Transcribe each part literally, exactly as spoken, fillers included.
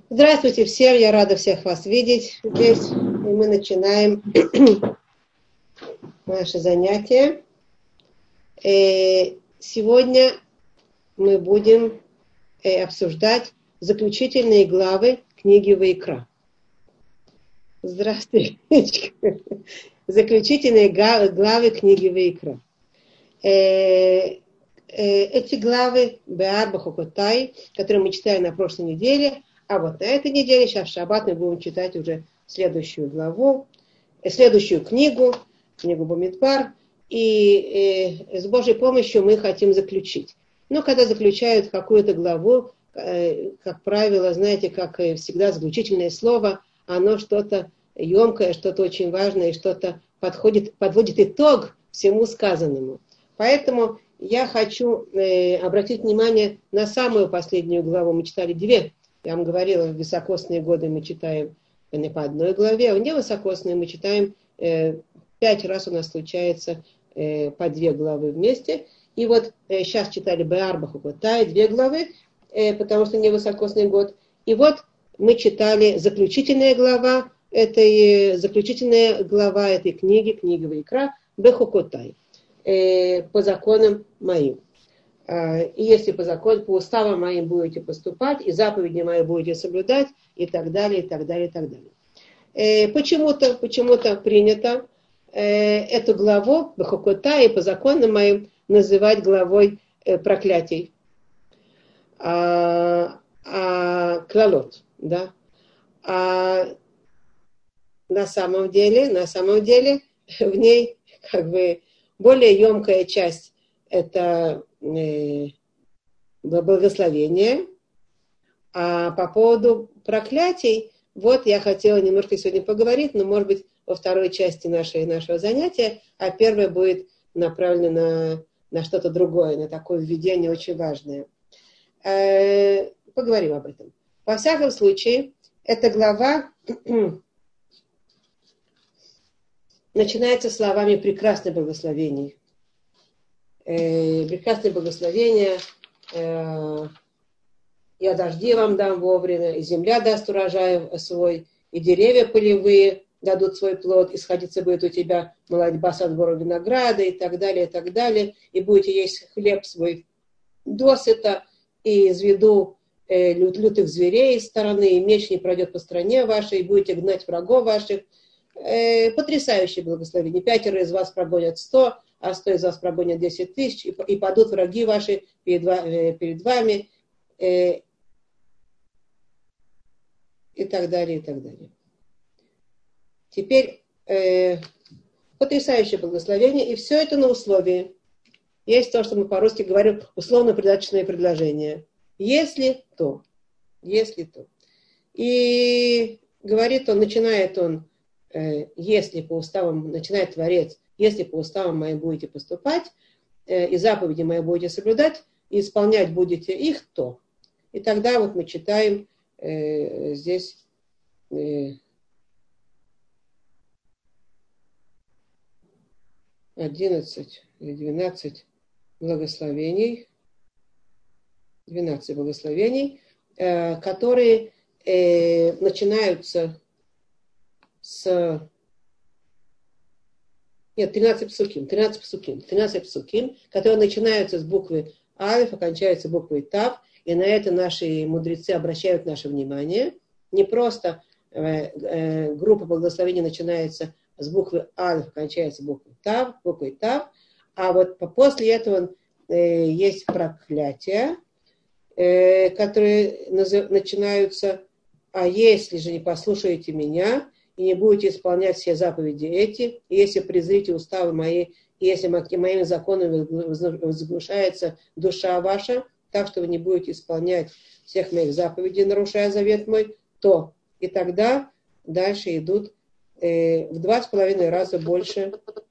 Здравствуйте всем, я рада всех вас видеть здесь. И мы начинаем наше занятие. И сегодня мы будем обсуждать заключительные главы книги Ваикра. Здравствуйте. Заключительные главы книги Ваикра. Эти главы Беар Бахукотай, которые мы читали на прошлой неделе, а вот на этой неделе, сейчас в шаббат, мы будем читать уже следующую главу, следующую книгу, книгу Бамидбар, и э, с Божьей помощью мы хотим заключить. Но когда заключают какую-то главу, э, как правило, знаете, как всегда, заключительное слово, оно что-то емкое, что-то очень важное, что-то подходит, подводит итог всему сказанному. Поэтому я хочу э, обратить внимание на самую последнюю главу. Мы читали две. Я вам говорила, в високосные годы мы читаем не по одной главе, а в невысокосные мы читаем э, пять раз у нас случается э, по две главы вместе. И вот э, сейчас читали Беар Бахукотай, две главы, э, потому что невысокосный год. И вот мы читали заключительная глава, этой, э, заключительная глава этой книги, книги Ваикра, Бахукотай. По законам моим. И если по закону, по уставам моим будете поступать, и заповеди мои будете соблюдать, и так далее, и так далее, и так далее. Почему-то, почему-то принято эту главу Бахукота и по законам моим называть главой проклятий. А, а, клалот, да. А на самом деле, на самом деле, в ней как бы более емкая часть – это э, благословение. А по поводу проклятий, вот я хотела немножко сегодня поговорить, но, может быть, во второй части нашей, нашего занятия, а первое будет направлено на, на что-то другое, на такое введение очень важное. Э, поговорим об этом. Во всяком случае, эта глава начинается словами «прекрасное благословение». Э, прекрасное благословение. Э, «Я дожди вам дам вовремя, и земля даст урожай свой, и деревья полевые дадут свой плод, и сходиться будет у тебя молодьба со двора винограда», и так далее, и так далее. «И будете есть хлеб свой досыта, и изведу э, лют, лютых зверей из стороны, и меч не пройдет по стране вашей, и будете гнать врагов ваших». Э, потрясающее благословение. Пятеро из вас прогонят сто, а сто из вас прогонят десять тысяч, и, и падут враги ваши перед, э, перед вами, э, и так далее, и так далее. Теперь э, потрясающее благословение, и все это на условии. Есть то, что мы по-русски говорим, условно-придаточное предложение. Если то, если то. И говорит он, начинает он, если по уставам, начинает Творец, если по уставам моим будете поступать, и заповеди мои будете соблюдать, и исполнять будете их, то. И тогда вот мы читаем э, здесь э, одиннадцать или двенадцать благословений, двенадцать благословений, э, которые э, начинаются с... Нет, тринадцать псуким, тринадцать псуким, тринадцать псуким, которые начинаются с буквы Алеф, окончаются буквой Тав, и на это наши мудрецы обращают наше внимание. Не просто э, э, группа благословений начинается с буквы Алеф, окончается буквой Тав, буквой Тав, а вот после этого э, есть проклятия, э, которые назыв... начинаются, а если же не послушаете меня, и не будете исполнять все заповеди эти, и если презрите уставы мои, и если моими законами возглашается душа ваша, так что вы не будете исполнять всех моих заповедей, нарушая завет мой, то и тогда дальше идут э, в два с половиной раза больше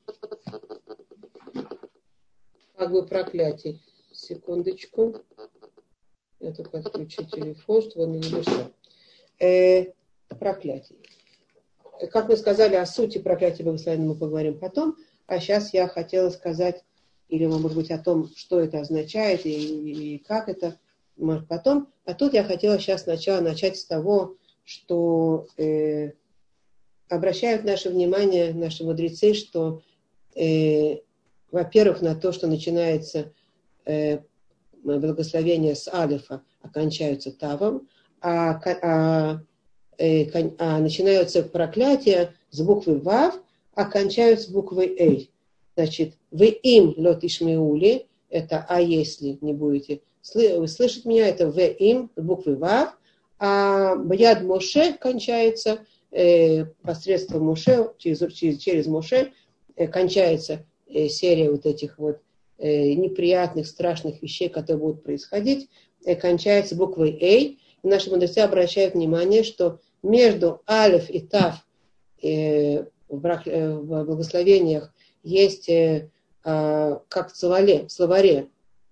как бы проклятий. Секундочку. Я только отключу телефон, чтобы он не мешал. Э, проклятий. Как мы сказали, о сути проклятия благословения мы поговорим потом, а сейчас я хотела сказать, или, может быть, о том, что это означает и, и как это, может, потом. А тут я хотела сейчас сначала начать с того, что э, обращают наше внимание, наши мудрецы, что, э, во-первых, на то, что начинается э, благословение с алифа, окончаются тавом, а, а, э, а начинаются проклятия с буквы вав, окончаются буквой эй. Значит, вы им лот ишмеули, это а если не будете вы слышать меня, это в им, буквы вав, а бьяд Моше кончается э, посредством Моше, через, через, через Моше э, кончается э, серия вот этих вот э, неприятных, страшных вещей, которые будут происходить, э, кончается буквой эй. И наши мудрецы обращают внимание, что между алиф и тав э, в, брак, э, в благословениях есть, э, э, как в словаре, в словаре,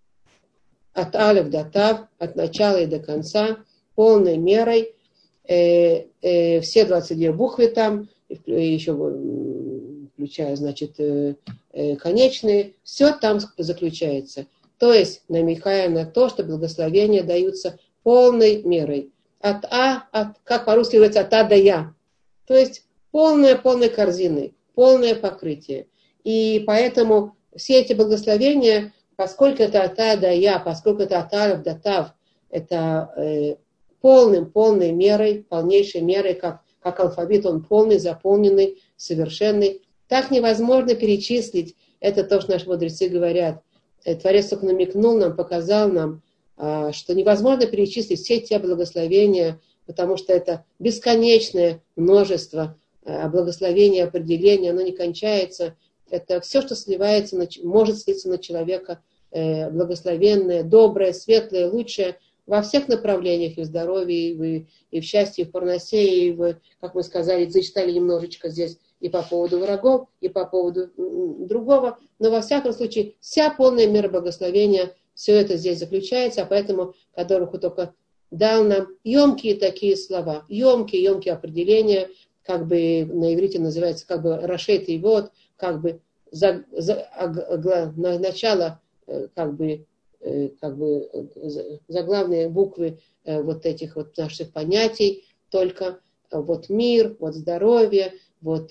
от алиф до тав, от начала и до конца, полной мерой, э, э, все двадцать две буквы там, еще включая, значит, э, э, конечные, все там заключается. То есть, намекая на то, что благословения даются полной мерой. От А, от, как по-русски говорится, от А до Я. То есть, полная, полной корзины, полное покрытие. И поэтому все эти благословения, поскольку это от А до Я, поскольку это от Алиф до Тав, это э, полным, полной мерой, полнейшей мерой, как, как алфавит, он полный, заполненный, совершенный. Так невозможно перечислить. Это то, что наши мудрецы говорят. Творец только намекнул нам, показал нам, э, что невозможно перечислить все те благословения, потому что это бесконечное множество э, благословений, определений, оно не кончается. Это все, что сливается, может слиться на человека, э, благословенное, доброе, светлое, лучшее во всех направлениях, и в здоровье, и в, и в счастье, и в парносе, и в, как мы сказали, зачитали немножечко здесь и по поводу врагов, и по поводу другого. Но во всяком случае, вся полная мера благословения, все это здесь заключается, а поэтому, который только дал нам емкие такие слова, емкие, емкие определения, как бы на иврите называется, как бы рашейт и вот, как бы за, за, а, на начало как бы, как бы заглавные буквы вот этих вот наших понятий, только вот мир, вот здоровье, вот,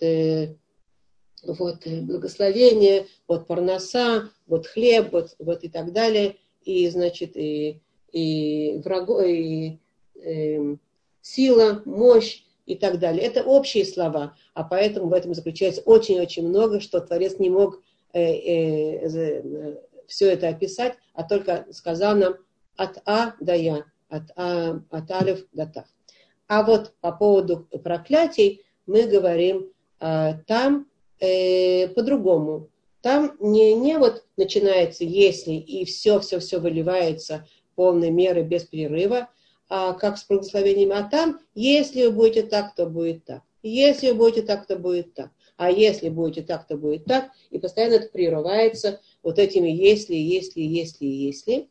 вот благословение, вот парноса, вот хлеб, вот, вот и так далее, и значит и, и, врагу, и, и сила, мощь и так далее. Это общие слова, а поэтому в этом заключается очень-очень много, что Творец не мог э, э, все это описать, а только сказал нам от А до Я, от, а, от Алиф до Тав. А вот по поводу проклятий мы говорим э, там э, по-другому. Там не, не вот начинается если и все-все-все выливается полной меры без перерыва, а как с благословением, а там, если вы будете так, то будет так. Если вы будете так, то будет так. А если будете так, то будет так. И постоянно это прерывается вот этими если, если, если, если.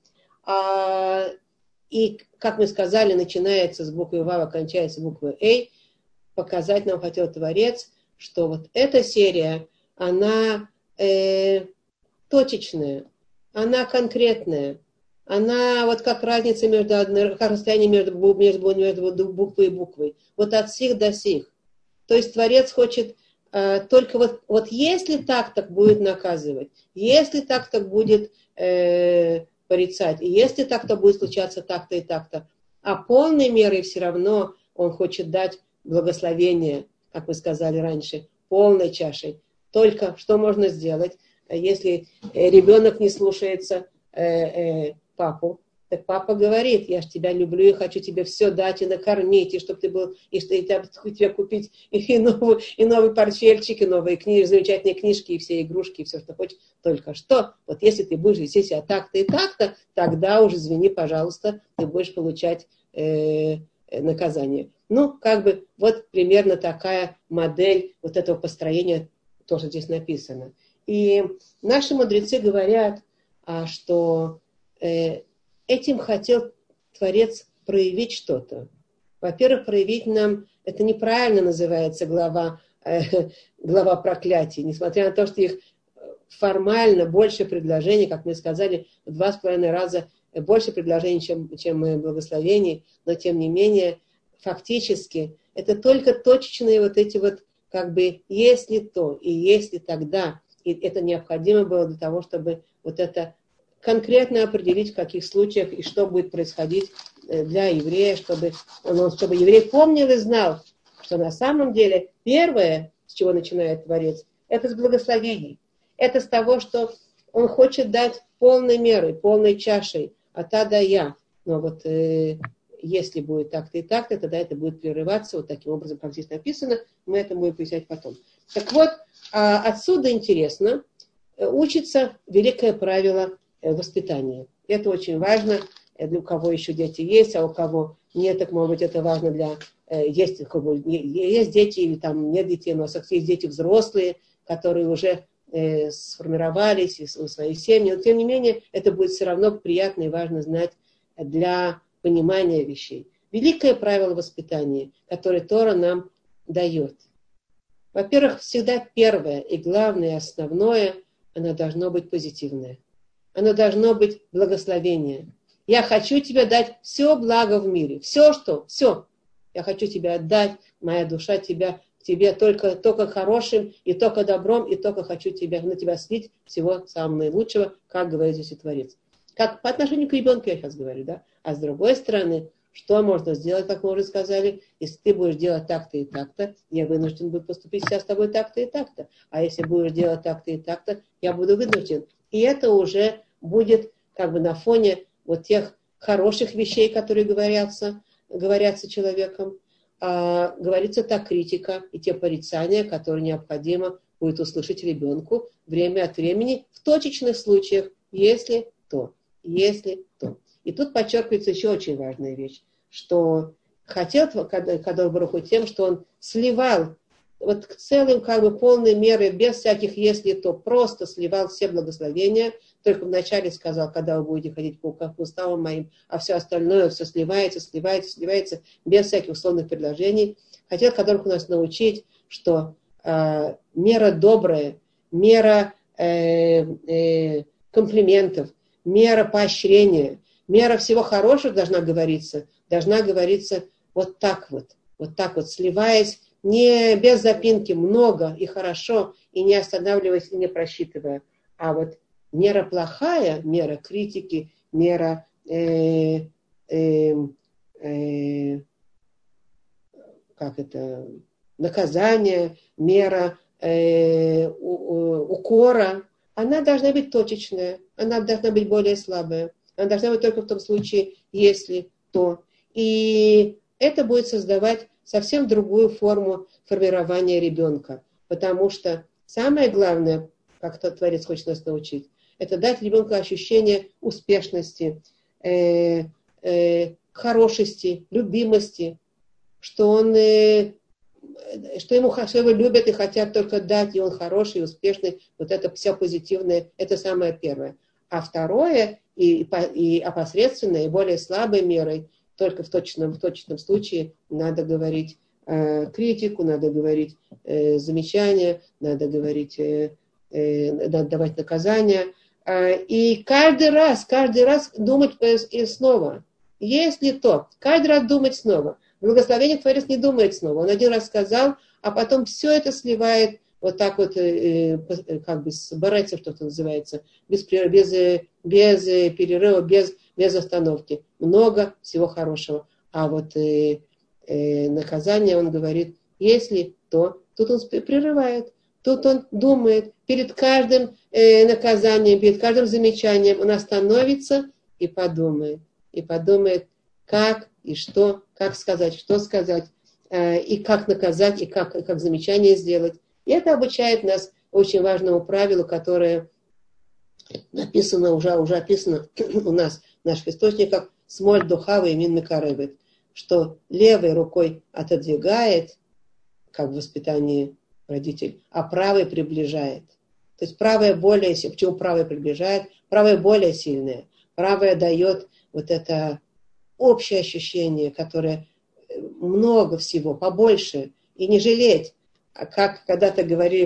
А, и, как мы сказали, начинается с буквы Вав, кончается буквой Эй. Показать нам хотел Творец, что вот эта серия, она э, точечная, она конкретная. Она вот как разница между одной, как расстояние между, между, между буквой и буквой. Вот от сих до сих. То есть Творец хочет э, только вот, вот если так, так будет наказывать. Если так, так будет э, порицать. И если так, то будет случаться так-то и так-то. А полной мерой все равно он хочет дать благословение, как мы сказали раньше, полной чашей. Только что можно сделать, если ребенок не слушается э, э, папу, так папа говорит, я же тебя люблю и хочу тебе все дать и накормить, и чтобы ты был, и, и, и тебе купить и, и, новый, и новый портфельчик, и новые книжки, замечательные книжки, и все игрушки, и все, что хочешь. Только что, вот если ты будешь вести себя так-то и так-то, тогда уже, извини, пожалуйста, ты будешь получать э, наказание. Ну, как бы, вот примерно такая модель вот этого построения, то, что здесь написано. И наши мудрецы говорят, а, что э, этим хотел Творец проявить что-то. Во-первых, проявить нам, это неправильно называется глава, э, глава проклятий, несмотря на то, что их формально больше предложений, как мы сказали, в два с половиной раза больше предложений, чем, чем благословений, но тем не менее, фактически, это только точечные вот эти вот, как бы, если то и если тогда, и это необходимо было для того, чтобы вот это конкретно определить, в каких случаях и что будет происходить для еврея, чтобы, он, чтобы еврей помнил и знал, что на самом деле первое, с чего начинает Творец, это с благословений. Это с того, что он хочет дать полной мерой, полной чашей, от А до Я. Но вот э, если будет так-то и так-то, тогда это будет прерываться вот таким образом, как здесь написано. Мы это будем пояснять потом. Так вот, а отсюда интересно, учится великое правило воспитания. Это очень важно для у кого еще дети есть, а у кого нет, так, может быть, это важно для... Есть, есть дети или там нет детей, но есть дети взрослые, которые уже э, сформировались и у своей семьи. Но, тем не менее, это будет все равно приятно и важно знать для понимания вещей. Великое правило воспитания, которое Тора нам дает. Во-первых, всегда первое и главное, основное, оно должно быть позитивное. Оно должно быть благословение. Я хочу тебе дать все благо в мире. Все, что, все. Я хочу тебе отдать, моя душа тебя, тебе только, только хорошим, и только добром, и только хочу тебя, на тебя слить всего самого наилучшего, как говорит здесь и Творец. Как по отношению к ребенку я сейчас говорю, да? А с другой стороны, что можно сделать, как мы уже сказали, если ты будешь делать так-то и так-то, я вынужден буду поступить сейчас с тобой так-то и так-то. А если будешь делать так-то и так-то, я буду вынужден. И это уже будет как бы на фоне вот тех хороших вещей, которые говорятся, говорятся человеком. А, говорится та критика и те порицания, которые необходимо будет услышать ребенку время от времени в точечных случаях, если то, если то. И тут подчеркивается еще очень важная вещь, что хотел Кадош Барух Ху тем, что он сливал вот к целым как бы полной меры, без всяких если то, просто сливал все благословения. Только вначале сказал, когда вы будете ходить по уставам моим, а все остальное все сливается, сливается, сливается, без всяких условных предложений. Хотел Кадош нас научить, что э, мера добрая, мера э, э, комплиментов, мера поощрения, мера всего хорошего должна говориться, должна говориться вот так вот, вот так вот, сливаясь, не без запинки, много и хорошо, и не останавливаясь, и не просчитывая. А вот мера плохая, мера критики, мера э, э, э, как это, наказания, мера э, у, у, укора, она должна быть точечная, она должна быть более слабая. Она должна быть только в том случае, если то. И это будет создавать совсем другую форму формирования ребенка. Потому что самое главное, как тот Творец хочет нас научить, это дать ребенку ощущение успешности, э, э, хорошести, любимости, что он, э, что ему что его любят и хотят только дать, и он хороший, и успешный. Вот это все позитивное, это самое первое. А второе, и, и опосредственное, и более слабой мерой, только в точном, в точном случае надо говорить э, критику, надо говорить э, замечания, надо говорить, э, э, надо давать наказания. Э, и каждый раз, каждый раз думать и снова. Если то, каждый раз думать снова. Благословение Творец не думает снова. Он один раз сказал, а потом все это сливает вот так вот, э, э, как бы с барецем, что-то называется, без, без, без перерыва, без, без остановки. Много всего хорошего. А вот э, э, наказание, он говорит, если то, тут он прерывает, тут он думает, перед каждым э, наказанием, перед каждым замечанием он остановится и подумает. И подумает, как и что, как сказать, что сказать, э, и как наказать, и как, и как замечание сделать. И это обучает нас очень важному правилу, которое написано, уже, уже описано у нас в наших источниках, смоль духава и мин мекаревет, что левой рукой отодвигает, как в воспитании родителей, а правой приближает. То есть правая более сильная. Почему правая приближает? Правая более сильная. Правая дает вот это общее ощущение, которое много всего, побольше, и не жалеть. А как когда-то говорили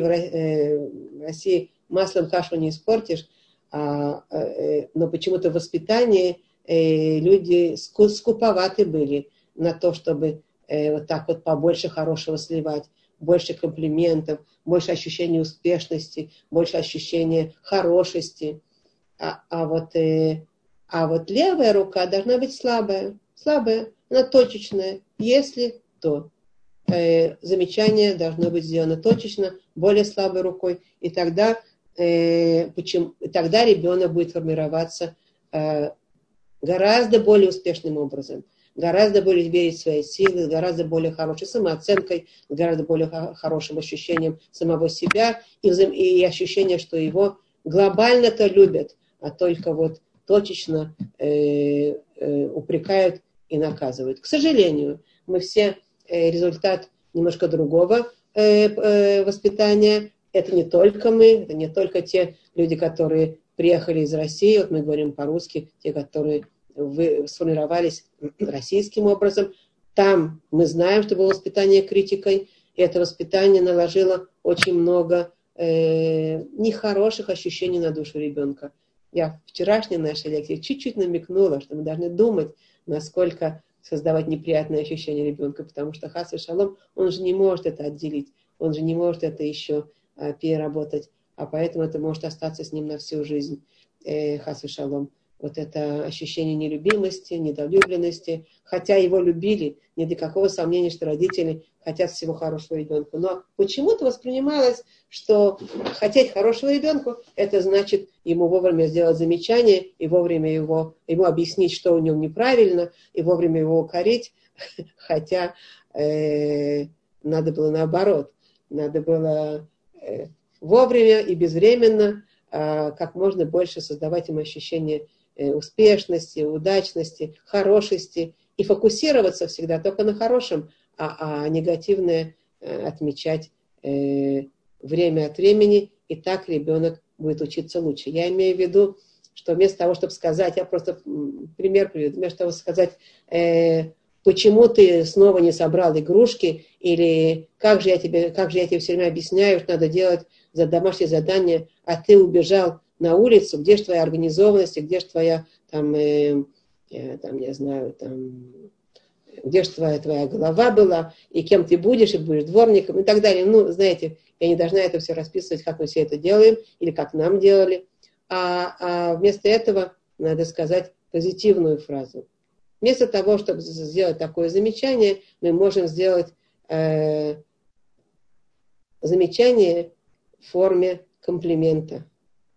в России, маслом кашу не испортишь, а, но почему-то в воспитании э, люди ску- скуповаты были на то, чтобы э, вот так вот побольше хорошего сливать, больше комплиментов, больше ощущения успешности, больше ощущения хорошести. А, а, вот, э, а вот левая рука должна быть слабая, слабая, она точечная, если то. Э, замечание должно быть сделано точечно, более слабой рукой, и тогда, э, почему, тогда ребенок будет формироваться э, гораздо более успешным образом, гораздо более верить в свои силы, гораздо более хорошей самооценкой, гораздо более х- хорошим ощущением самого себя и, взаим- и ощущение, что его глобально-то любят, а только вот точечно э, э, упрекают и наказывают. К сожалению, мы все э, результат немножко другого э, э, воспитания. Это не только мы, это не только те люди, которые приехали из России, вот мы говорим по-русски, те, которые вы, сформировались российским образом. Там мы знаем, что было воспитание критикой, и это воспитание наложило очень много э, нехороших ощущений на душу ребенка. Я в вчерашней нашей лекции чуть-чуть намекнула, что мы должны думать, насколько создавать неприятные ощущения ребенка, потому что хас и шалом, он же не может это отделить, он же не может это еще э, переработать, а поэтому это может остаться с ним на всю жизнь, э, хас и шалом. Вот это ощущение нелюбимости, недолюбленности, хотя его любили, нет никакого сомнения, что родители хотят всего хорошего ребенку. Но почему-то воспринималось, что хотеть хорошего ребенку, это значит ему вовремя сделать замечание, и вовремя его, ему объяснить, что у него неправильно, и вовремя его укорить, хотя э, надо было наоборот. Надо было э, вовремя и безвременно э, как можно больше создавать ему ощущение успешности, удачности, хорошести и фокусироваться всегда только на хорошем, а, а негативное э, отмечать э, время от времени, и так ребенок будет учиться лучше. Я имею в виду, что вместо того, чтобы сказать, я просто пример приведу, вместо того, чтобы сказать, э, почему ты снова не собрал игрушки, или как же я тебе, как же я тебе все время объясняю, что надо делать за домашнее задание, а ты убежал на улицу, где же твоя организованность, где же твоя, там, э, э, там, я знаю, там, где же твоя, твоя голова была, и кем ты будешь, и будешь дворником, и так далее. Ну, знаете, я не должна это все расписывать, как мы все это делаем, или как нам делали. А, а вместо этого надо сказать позитивную фразу. Вместо того, чтобы сделать такое замечание, мы можем сделать э, замечание в форме комплимента.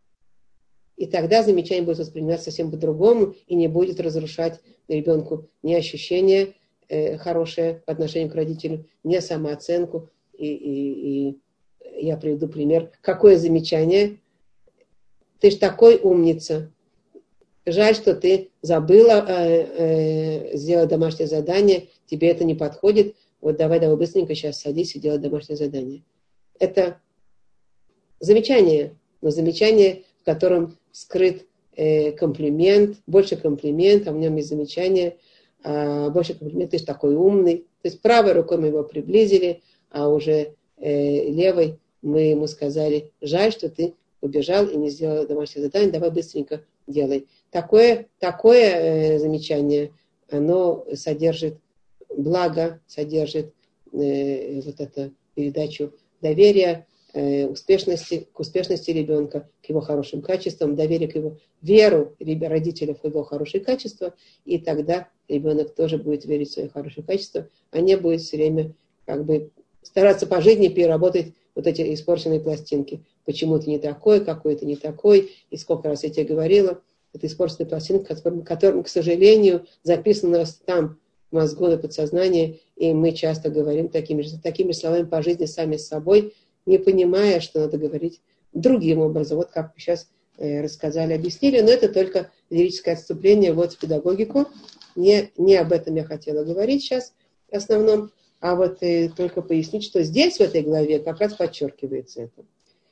И тогда замечание будет восприниматься совсем по-другому и не будет разрушать ребенку ни ощущение э, хорошее по отношению к родителю, ни самооценку. И, и, и я приведу пример. Какое замечание? Ты ж такой умница. Жаль, что ты забыла э, э, сделать домашнее задание. Тебе это не подходит. Вот давай, давай быстренько сейчас садись и делай домашнее задание. Это замечание, но замечание, в котором скрыт э, комплимент, больше комплимент, а в нем есть замечание, э, больше комплимент, ты же такой умный. То есть правой рукой мы его приблизили, а уже э, левой мы ему сказали, жаль, что ты убежал и не сделал домашнее задание, давай быстренько делай. Такое, такое э, замечание, оно содержит благо, содержит э, вот эту передачу доверия, успешности, к успешности ребенка, к его хорошим качествам, доверие к его веру родителей в его хорошие качества, и тогда ребенок тоже будет верить в свои хорошие качества, а не будет все время как бы стараться по жизни переработать вот эти испорченные пластинки. Почему ты не такой, какой ты не такой, и сколько раз я тебе говорила, это испорченная пластинка, которая, к сожалению, записана там в мозгу, на подсознании, и мы часто говорим такими же, такими словами по жизни сами с собой, не понимая, что надо говорить другим образом. Вот как вы сейчас э, рассказали, объяснили, но это только лирическое отступление вот в педагогику. Не, не об этом я хотела говорить сейчас в основном, а вот э, только пояснить, что здесь, в этой главе, как раз подчеркивается это.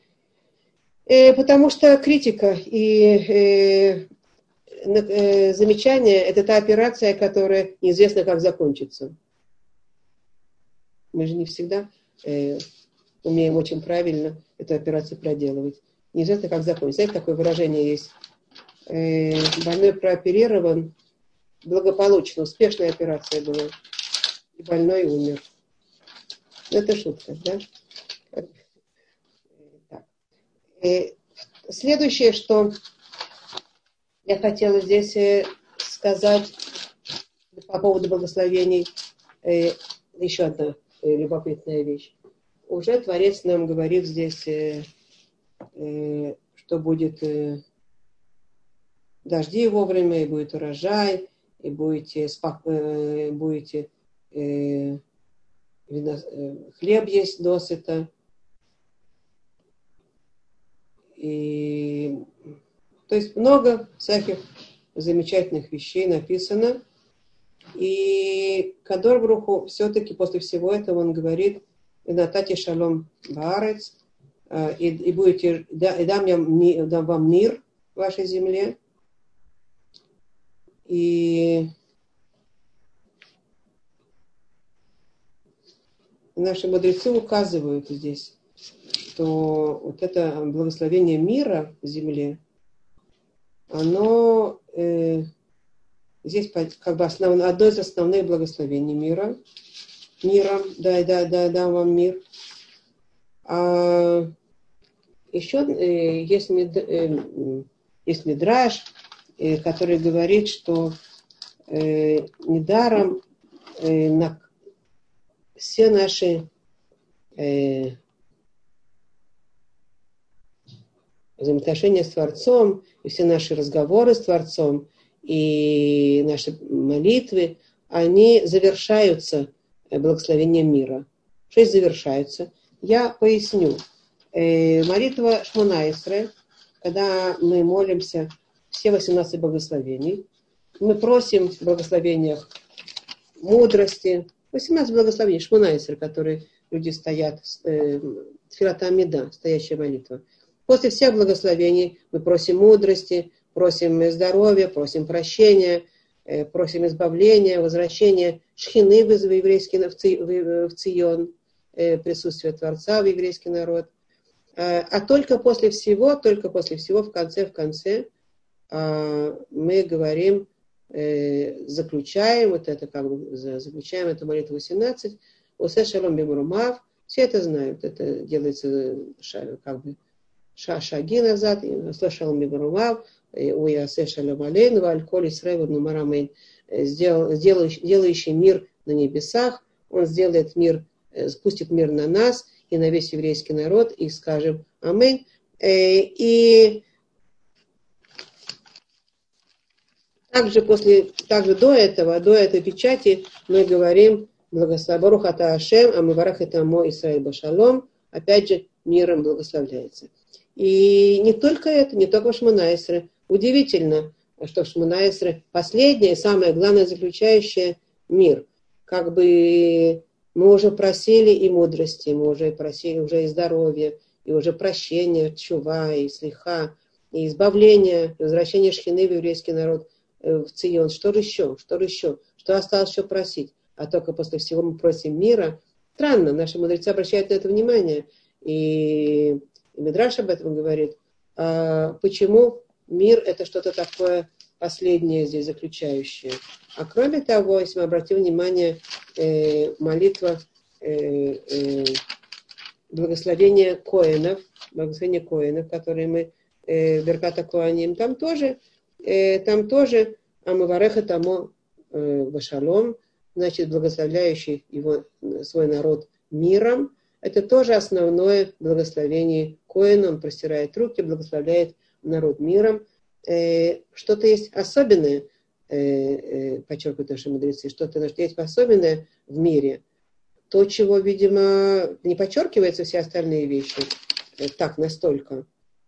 Э, потому что критика и э, э, замечание – это та операция, которая неизвестно, как закончится. Мы же не всегда... Э, умеем очень правильно эту операцию проделывать. Неизвестно, как закончится. Знаете, такое выражение есть. Э, больной прооперирован, благополучно, успешная операция была. И больной умер. Это шутка, да? Так. И следующее, что я хотела здесь сказать по поводу благословений, еще одна любопытная вещь. Уже Творец нам говорит здесь, что будет дожди вовремя, и будет урожай, и будете, будете хлеб есть досыта. И, то есть много всяких замечательных вещей написано. И Кадор Бруху все-таки после всего этого он говорит: «Натати шалом баарец», и, и, будете, и дам, я, дам вам мир в вашей земле. И наши мудрецы указывают здесь, что вот это благословение мира в земле, оно э, здесь как бы основ, одно из основных благословений мира. Миром, дай, дай, дай, дам вам мир. А еще э, есть, мид, э, есть мидраш, э, который говорит, что э, недаром э, на все наши э, взаимоотношения с Творцом, и все наши разговоры с Творцом, и наши молитвы, они завершаются благословением мира. Что есть завершаются? Я поясню. Э, молитва Шмона Эсре, когда мы молимся все восемнадцать благословений, мы просим в благословениях мудрости, восемнадцать благословений, Шмона Эсре, которые люди стоят, э, Тфилат Амида, стоящая молитва. После всех благословений мы просим мудрости, просим здоровья, просим прощения, э, просим избавления, возвращения шхины в еврейский в, ци, в, в Цион, э, присутствие Творца в еврейский народ. Э, а только после всего, только после всего, в конце, в конце э, мы говорим, э, заключаем вот это, как бы, заключаем эту молитву восемнадцать, «Усе шалом бимрумав», все это знают, это делается как бы шаги назад, слышал Мибарумав, уясе шалом алейну, вальколь исреву нумарамейн, делающий мир на небесах, он сделает мир, спустит мир на нас и на весь еврейский народ, и скажем аминь. И также, после, также до этого, до этой печати мы говорим «Благословен ата Ашем, амиварах это мо Исраиль башалом», опять же, миром благословляется. И не только это, не только в Шмона Эсре. Удивительно, что в Шмона Эсре последнее и самое главное заключающее мир. Как бы мы уже просили и мудрости, мы уже просили уже и здоровья, и уже прощения, тшува, и слиха, и избавления, и возвращение шхины в еврейский народ в Цион. Что же еще? Что же еще? Что осталось еще просить? А только после всего мы просим мира. Странно, наши мудрецы обращают на это внимание. И Мидраш об этом говорит. А почему мир это что-то такое последнее здесь заключающее? А кроме того, если мы обратим внимание, э, молитва э, э, благословения коэнов, благословения коэнов, которые мы э, Берката Коаним, там тоже, э, там тоже Амивареха Тамо Башалом, значит, благословляющий его, свой народ миром. Это тоже основное благословение Коэна. Он простирает руки, благословляет народ миром. Э, что-то есть особенное, э, э, подчеркивают наши мудрецы, что-то есть особенное в мире. То, чего, видимо, не подчеркиваются все остальные вещи э, так настолько.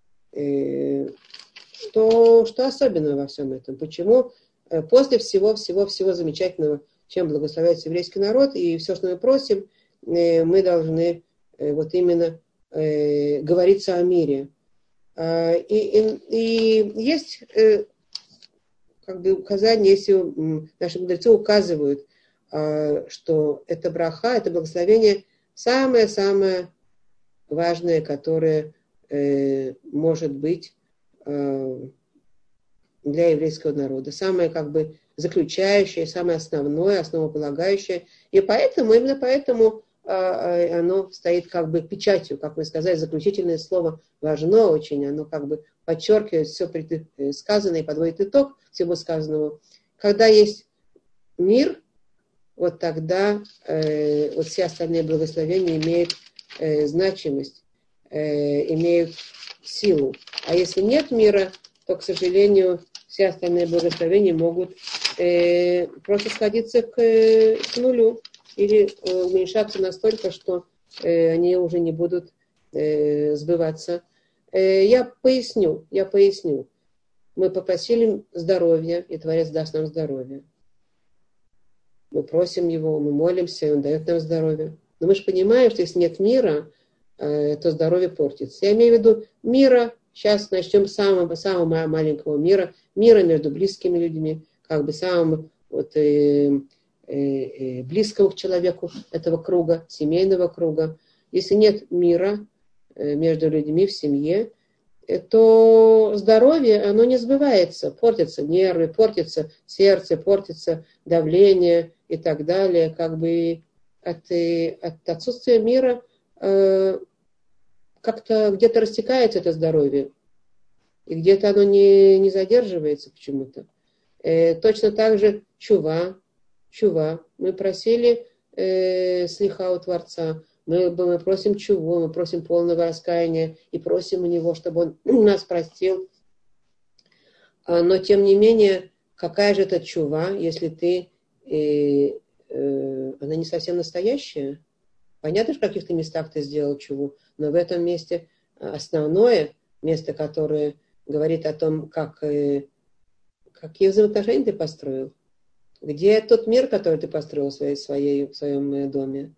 Э, что, что особенного во всем этом? Почему э, после всего-всего-всего замечательного, чем благословляется еврейский народ, и все, что мы просим, мы должны э, вот именно э, говориться о мире. А, и, и, и есть э, как бы указания, если м, наши мудрецы указывают, а, что это браха, это благословение самое-самое важное, которое э, может быть э, для еврейского народа. Самое как бы заключающее, самое основное, основополагающее. И поэтому, именно поэтому оно стоит как бы печатью, как мы сказали, заключительное слово важно очень, оно как бы подчеркивает все сказанное и подводит итог всего сказанного. Когда есть мир, вот тогда э, вот все остальные благословения имеют э, значимость, э, имеют силу. А если нет мира, то, к сожалению, все остальные благословения могут э, просто сходиться к, к нулю или э, уменьшаться настолько, что э, они уже не будут э, сбываться. Э, я поясню, я поясню. Мы попросили здоровья, и Творец даст нам здоровье. Мы просим Его, мы молимся, и Он дает нам здоровье. Но мы же понимаем, что если нет мира, э, то здоровье портится. Я имею в виду мира. Сейчас начнем с самого, самого маленького мира, мира между близкими людьми, как бы самого вот, э, э, э, близкого к человеку этого круга, семейного круга. Если нет мира э, между людьми в семье, э, то здоровье, оно не сбывается, портятся нервы, портится сердце, портится давление и так далее. Как бы от, э, от отсутствия мира э, как-то где-то растекается это здоровье, и где-то оно не, не задерживается почему-то. Э, точно так же чува, чува. Мы просили э, слиха у Творца, мы, мы просим чуву, мы просим полного раскаяния и просим у Него, чтобы Он нас простил. А, но тем не менее, какая же это чува, если ты, э, э, она не совсем настоящая? Понятно, что в каких-то местах ты сделал чуву, но в этом месте основное место, которое говорит о том, как, какие взаимоотношения ты построил, где тот мир, который ты построил в, своей, своей, в своем доме.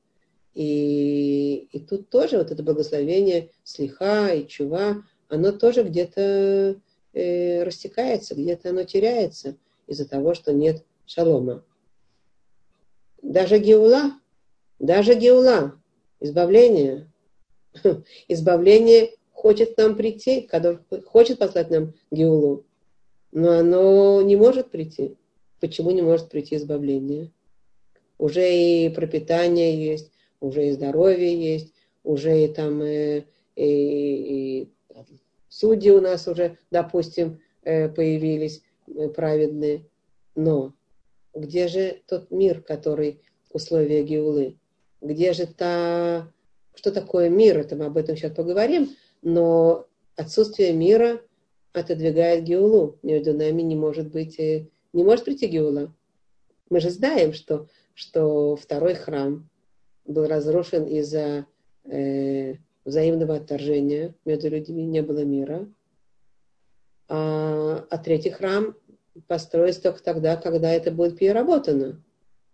И, и тут тоже вот это благословение слиха и чува, оно тоже где-то э, растекается, где-то оно теряется из-за того, что нет шалома. Даже геула, даже геула, избавление, избавление хочет к нам прийти, когда хочет послать нам геулу, но оно не может прийти. Почему не может прийти избавление? Уже и пропитание есть, уже и здоровье есть, уже и там и, и, и судьи у нас уже, допустим, появились праведные. Но где же тот мир, который условия геулы? Где же та... Что такое мир? Это мы об этом сейчас поговорим. Но отсутствие мира отодвигает геулу. Между нами не может быть... Не может прийти геула. Мы же знаем, что, что второй храм был разрушен из-за э, взаимного отторжения между людьми. Не было мира. А, а третий храм построится только тогда, когда это будет переработано.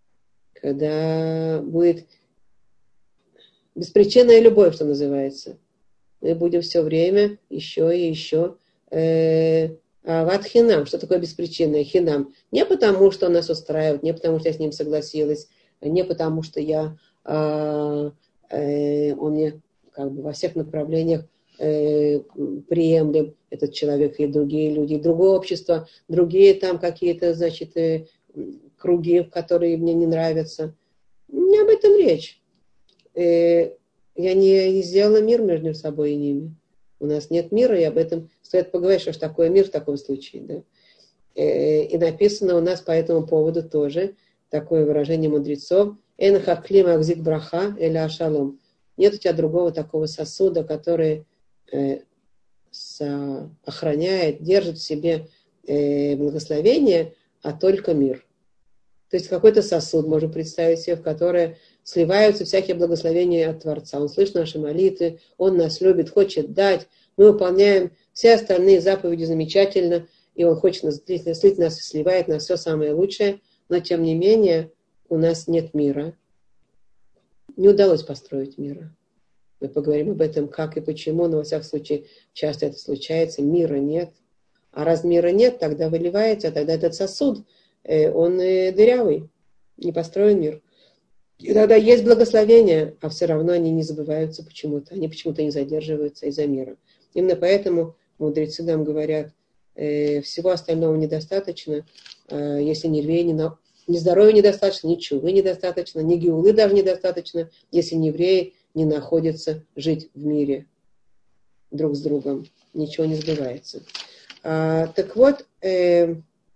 Когда будет беспричинная любовь, что называется. Мы будем все время еще и еще э, ават хинам. Что такое беспричинное хинам? Не потому, что он нас устраивает, не потому, что я с ним согласилась, не потому, что я, э, э, он мне как бы во всех направлениях э, приемлем, этот человек и другие люди, и другое общество, другие там какие-то, значит, э, круги, которые мне не нравятся. Не об этом речь. Э, я не, не сделала мир между собой и ними. У нас нет мира, и об этом стоит поговорить, что же такое мир в таком случае. Да? Э, и написано у нас по этому поводу тоже такое выражение мудрецов: «Эн хаклим акзик браха эля ашалом». Нет у тебя другого такого сосуда, который э, со, охраняет, держит в себе э, благословение, а только мир. То есть какой-то сосуд, можно представить себе, в который сливаются всякие благословения от Творца. Он слышит наши молитвы, Он нас любит, хочет дать. Мы выполняем все остальные заповеди замечательно, и Он хочет нас слить, слить нас и сливает нас все самое лучшее. Но тем не менее у нас нет мира. Не удалось построить мира. Мы поговорим об этом, как и почему, но во всяком случае часто это случается. Мира нет. А раз мира нет, тогда выливается, тогда этот сосуд, он дырявый, не построен мир. И тогда есть благословения, а все равно они не забываются почему-то. Они почему-то не задерживаются из-за мира. Именно поэтому мудрецы нам говорят, э, всего остального недостаточно, э, если ни рвей, ни, на... ни здоровья недостаточно, ни чувы недостаточно, ни геулы даже недостаточно, если не евреи не находятся жить в мире друг с другом. Ничего не сбывается. А, так вот, э,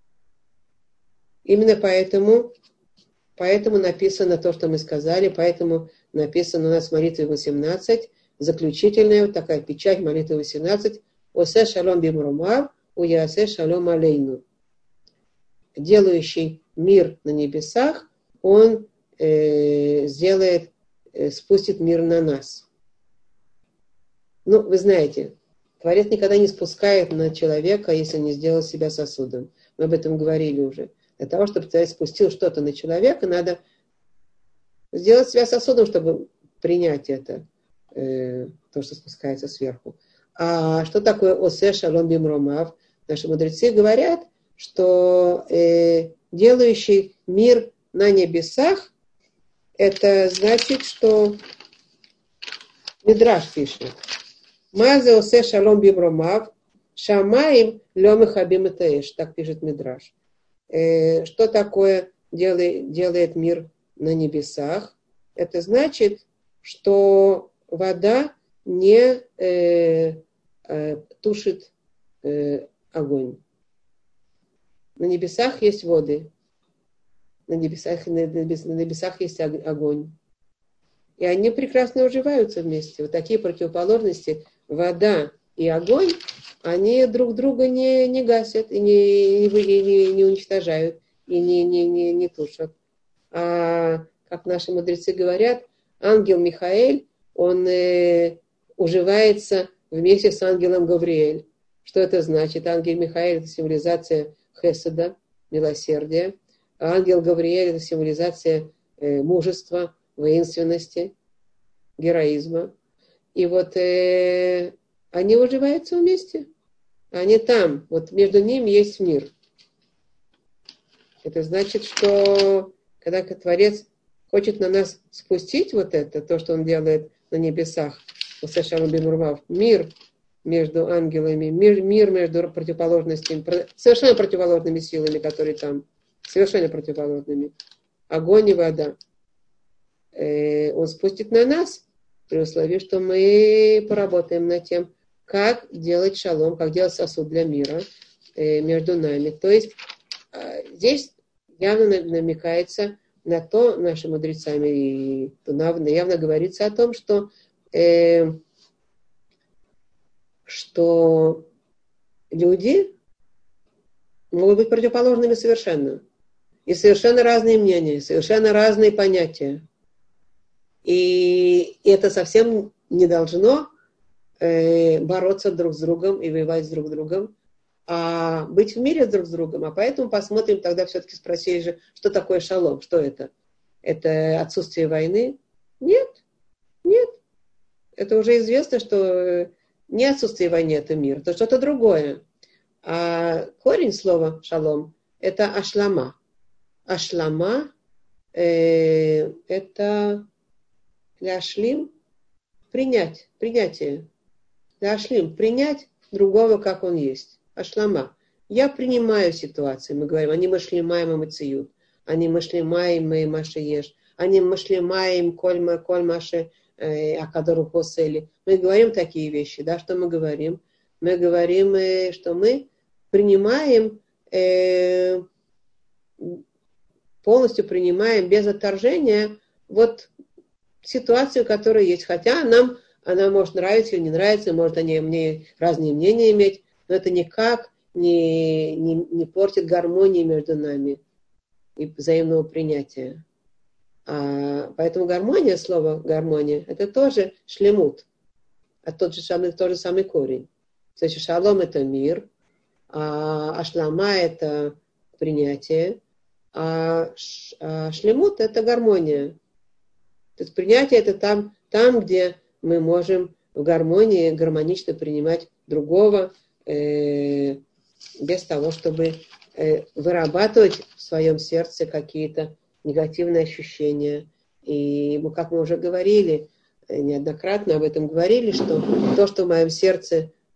именно поэтому, поэтому написано то, что мы сказали, поэтому написано у нас в молитве восемнадцать, заключительная вот такая печать молитвы восемнадцать, «Осе шалом бимрумав, уясе шалом алейну». Делающий мир на небесах, он э, сделает, э, спустит мир на нас. Ну, вы знаете, Творец никогда не спускает на человека, если не сделал себя сосудом. Мы об этом говорили уже. Для того, чтобы Творец спустил что-то на человека, надо сделать себя сосудом, чтобы принять это, э, то, что спускается сверху. А что такое осе шалом бимромав? Наши мудрецы говорят, что э, делающий мир на небесах, это значит, что Мидраш пишет. Мазе осе шалом бимромав, шамаим лем хабим этаэш. Так пишет Мидраш. Э, что такое делает, делает мир на небесах? Это значит, что вода не э, э, тушит э, огонь. На небесах есть воды. На небесах, на, небес, на небесах есть огонь. И они прекрасно уживаются вместе. Вот такие противоположности, вода и огонь, они друг друга не, не гасят, и не, не, не, не уничтожают, и не, не, не, не тушат. А, как наши мудрецы говорят, ангел Михаэль, он э, уживается вместе с ангелом Гавриэль. Что это значит? Ангел Михаэль – это символизация хеседа, милосердия. А ангел Гавриэль – это символизация э, мужества, воинственности, героизма. И вот э, они уживаются вместе. Они там. Вот между ними есть мир. Это значит, что когда Творец хочет на нас спустить вот это, то, что он делает на небесах, мир между ангелами, мир, мир между противоположностями, совершенно противоположными силами, которые там, совершенно противоположными, огонь и вода. Э, он спустит на нас, при условии, что мы поработаем над тем, как делать шалом, как делать сосуд для мира э, между нами. То есть э, здесь явно намекается на то, нашими мудрецами, и явно говорится о том, что, э, что люди могут быть противоположными совершенно. И совершенно разные мнения, совершенно разные понятия. И это совсем не должно э, бороться друг с другом и воевать с друг с другом, а быть в мире друг с другом. А поэтому посмотрим, тогда все-таки спросили же, что такое шалом, что это? Это отсутствие войны? Нет, нет. Это уже известно, что не отсутствие войны – это мир, это что-то другое. А корень слова шалом – это ашлама. Ашлама э, – это ляшлим – принять, принятие. Ляшлим – принять другого, как он есть. Ашлама. Я принимаю ситуацию, мы говорим, они машлимаем мациют, они машлимаем машиеш, они машлимаем кольма, кольмаше, акадору посели. Мы говорим такие вещи, да, что мы говорим? Мы говорим, что мы принимаем, э, полностью принимаем без отторжения вот ситуацию, которая есть. Хотя нам она может нравиться или не нравиться, может они мне разные мнения иметь, но это никак не, не, не портит гармонии между нами и взаимного принятия. А, поэтому гармония, слово гармония, это тоже шлемут, а тот же самый, тот же самый корень. То есть шалом это мир, а ашлама это принятие, а, ш, а шлемут это гармония. То есть принятие это там, там, где мы можем в гармонии гармонично принимать другого, э, без того, чтобы э, вырабатывать в своем сердце какие-то негативные ощущения. И мы, как мы уже говорили, неоднократно об этом говорили, что то, что в моем сердце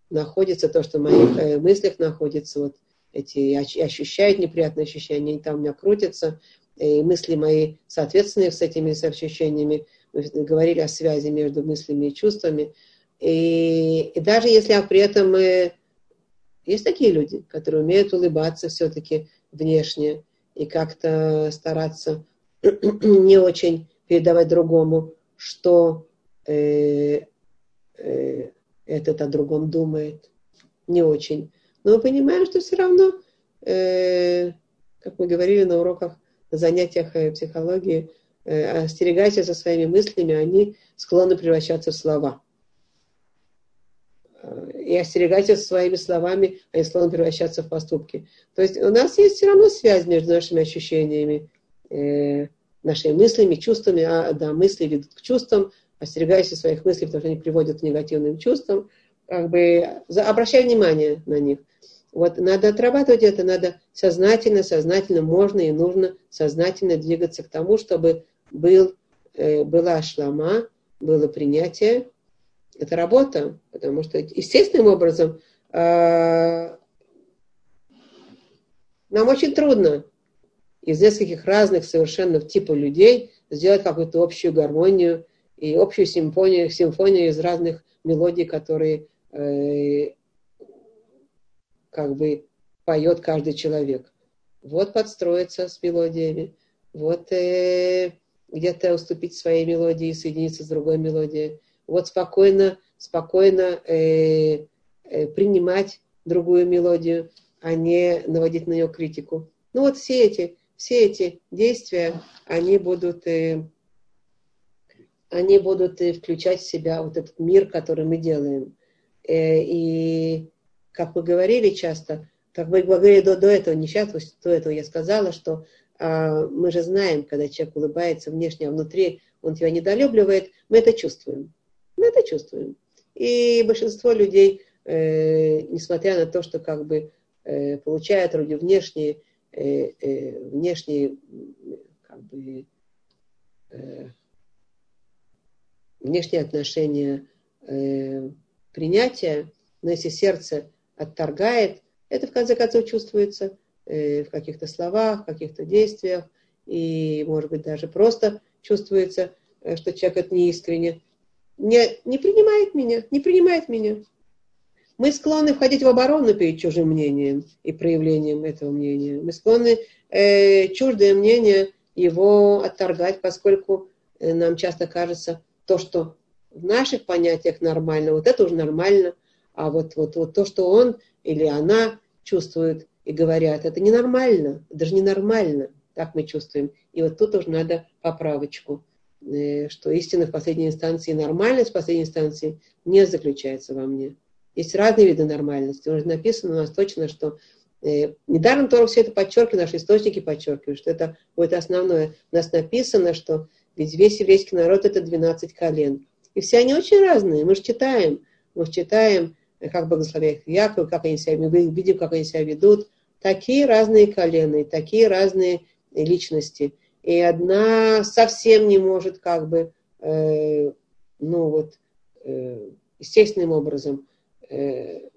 находится, то, что в моих э, мыслях находится, вот эти ощущают неприятные ощущения, они там у меня крутятся, и мысли мои соответственные с этими с ощущениями. Мы говорили о связи между мыслями и чувствами. И, и даже если а при этом э, есть такие люди, которые умеют улыбаться все-таки внешне и как-то стараться не очень передавать другому, что э, э, этот о другом думает. Не очень. Но мы понимаем, что все равно, э, как мы говорили на уроках, на занятиях э, психологии, э, остерегайся со своими мыслями, они склонны превращаться в слова. И остерегайтесь своими словами, они склонны превращаться в поступки. То есть у нас есть все равно связь между нашими ощущениями, э, нашими мыслями, чувствами, а да, мысли ведут к чувствам, остерегайся своих мыслей, потому что они приводят к негативным чувствам, как бы за, обращай внимание на них. Вот надо отрабатывать это, надо сознательно, сознательно, можно и нужно сознательно двигаться к тому, чтобы был, э, была шлама, было принятие. Это работа, потому что естественным образом э, нам очень трудно из нескольких разных совершенно типов людей сделать какую-то общую гармонию и общую симфонию, симфонию из разных мелодий, которые э, как бы поет каждый человек. Вот подстроиться с мелодиями, вот э, где-то уступить своей мелодии и соединиться с другой мелодией. Вот спокойно, спокойно э, э, принимать другую мелодию, а не наводить на нее критику. Ну вот все эти, все эти действия, они будут, э, они будут э, включать в себя вот этот мир, который мы делаем. Э, и как мы говорили часто, как мы говорили до, до этого, не сейчас, до этого я сказала, что э, мы же знаем, когда человек улыбается внешне, а внутри он тебя недолюбливает, мы это чувствуем. Мы это чувствуем. И большинство людей, э, несмотря на то, что как бы э, получают вроде внешние, э, э, внешние как бы, э, внешние отношения э, принятия, но если сердце отторгает, это в конце концов чувствуется э, в каких-то словах, в каких-то действиях, и, может быть, даже просто чувствуется, э, что человек это неискренне. Не, не принимает меня, не принимает меня. Мы склонны входить в оборону перед чужим мнением и проявлением этого мнения. Мы склонны э, чуждое мнение его отторгать, поскольку э, нам часто кажется, то, что в наших понятиях нормально, вот это уже нормально, а вот, вот, вот то, что он или она чувствуют и говорят, это ненормально, даже ненормально, так мы чувствуем. И вот тут уже надо поправочку, что истина в последней инстанции, нормальность в последней инстанции не заключается во мне. Есть разные виды нормальности. Уже написано у нас точно, что э, недаром Тора все это подчеркивает, наши источники подчеркивают, что это будет основное. У нас написано, что ведь весь еврейский народ это двенадцать колен. И все они очень разные. Мы же читаем, мы же читаем, как благословляет Яков, как они себя, мы видим, как они себя ведут. Такие разные колена, такие разные личности. И одна совсем не может как бы, э, ну вот, э, естественным образом э,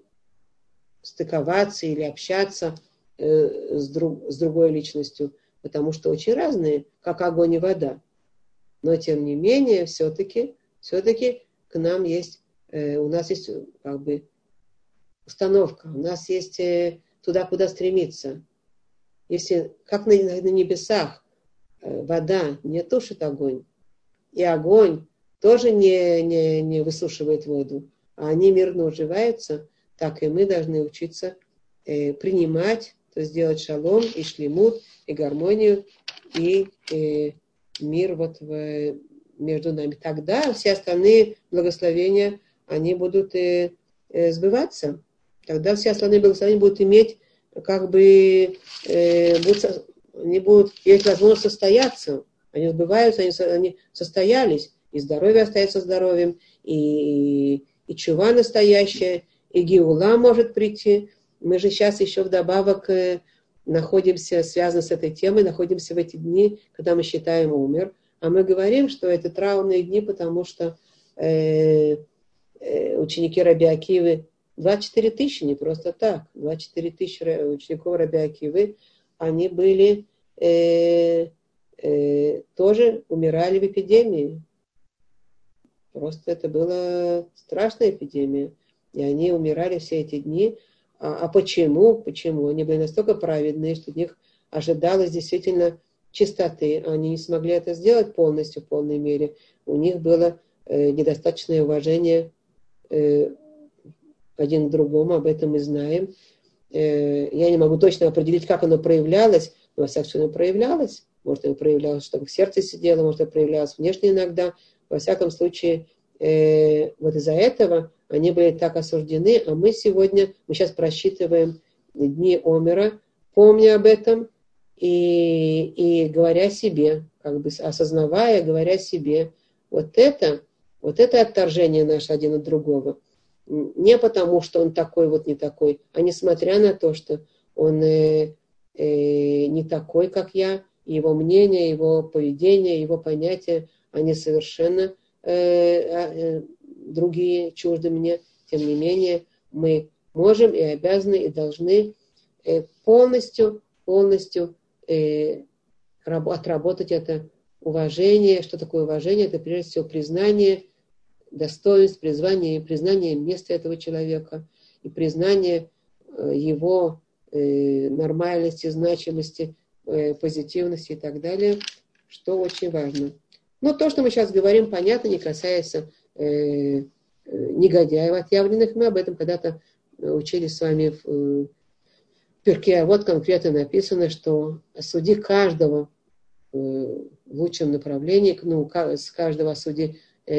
стыковаться или общаться э, с, друг, с другой личностью, потому что очень разные, как огонь и вода. Но тем не менее, все-таки, все-таки к нам есть, э, у нас есть как бы установка, у нас есть э, туда, куда стремиться. Если, как на, на небесах, вода не тушит огонь, и огонь тоже не, не, не высушивает воду, а они мирно уживаются, так и мы должны учиться э, принимать, то есть делать шалом и шлемут, и гармонию, и э, мир вот в, между нами. Тогда все остальные благословения, они будут э, э, сбываться. Тогда все остальные благословения будут иметь, как бы, э, будут, они будут иметь возможность состояться. Они сбываются, они, они состоялись. И здоровье остается здоровьем, и, и чува настоящая, и геула может прийти. Мы же сейчас еще вдобавок э, находимся, связаны с этой темой, находимся в эти дни, когда мы считаем умер. А мы говорим, что это траурные дни, потому что э, э, ученики Раби Акивы двадцать четыре тысячи не просто так. двадцать четыре тысячи учеников Раби Акивы, они были, э, э, тоже умирали в эпидемии. Просто это была страшная эпидемия. И они умирали все эти дни. А, а почему? Почему? Они были настолько праведные, что от них ожидалось действительно чистоты. Они не смогли это сделать полностью, в полной мере. У них было э, недостаточное уважение э, один к другому, об этом мы знаем. Э, я не могу точно определить, как оно проявлялось, но во всяком случае оно проявлялось. Может, оно проявлялось, чтобы в сердце сидело, может, это проявлялось внешне иногда. Во всяком случае, э, вот из-за этого они были так осуждены, а мы сегодня, мы сейчас просчитываем дни Омера, помня об этом и, и говоря себе, как бы осознавая, говоря себе, вот это, вот это отторжение наше один от другого. Не потому, что он такой, вот не такой, а несмотря на то, что он э, э, не такой, как я, его мнение, его поведение, его понятия, они совершенно э, э, другие, чужды мне. Тем не менее, мы можем и обязаны и должны э, полностью, полностью э, отработать это уважение. Что такое уважение? Это прежде всего признание достоинств, признание, признание места этого человека и признание э, его э, нормальности, значимости, э, позитивности и так далее, что очень важно. Но то, что мы сейчас говорим, понятно, не касается э, негодяев отъявленных. Мы об этом когда-то учились с вами в э, Перке. А вот конкретно написано, что осуди каждого э, в лучшем направлении, ну, с каждого осуди,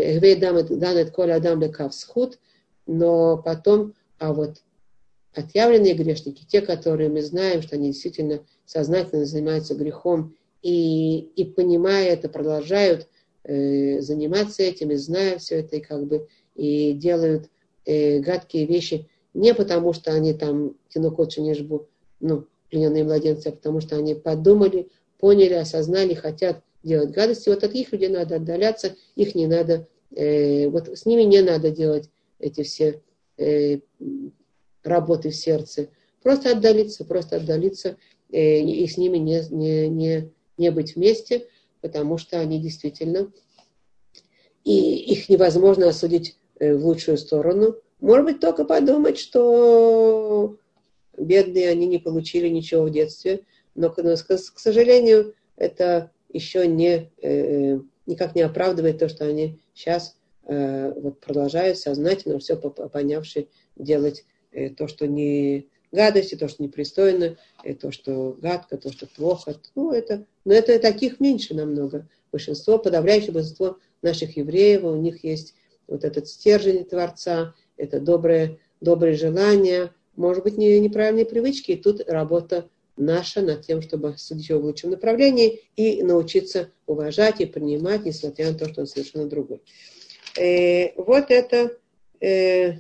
но потом, а вот отъявленные грешники, те, которые мы знаем, что они действительно сознательно занимаются грехом и, и понимая это, продолжают э, заниматься этим, и зная все это, и как бы и делают э, гадкие вещи не потому, что они там тинокот шенешбу, ну, плененные младенцы, а потому что они подумали, поняли, осознали, хотят делать гадости. Вот от их людей надо отдаляться, их не надо, э, вот с ними не надо делать эти все э, работы в сердце. Просто отдалиться, просто отдалиться э, и с ними не, не, не, не быть вместе, потому что они действительно, и их невозможно осудить э, в лучшую сторону. Может быть, только подумать, что бедные, они не получили ничего в детстве, но, но к сожалению, это еще не, э, никак не оправдывает то, что они сейчас э, вот продолжают сознательно, все понявши, делать э, то, что не гадости, то, что непристойно, э, то, что гадко, то, что плохо. Ну, это, но это таких меньше намного. Большинство, подавляющее большинство наших евреев, у них есть вот этот стержень Творца, это доброе, добрые желания, может быть, не, неправильные привычки, и тут работа наша над тем, чтобы судить его в лучшем направлении и научиться уважать и принимать, несмотря на то, что он совершенно другой. Э, вот это э,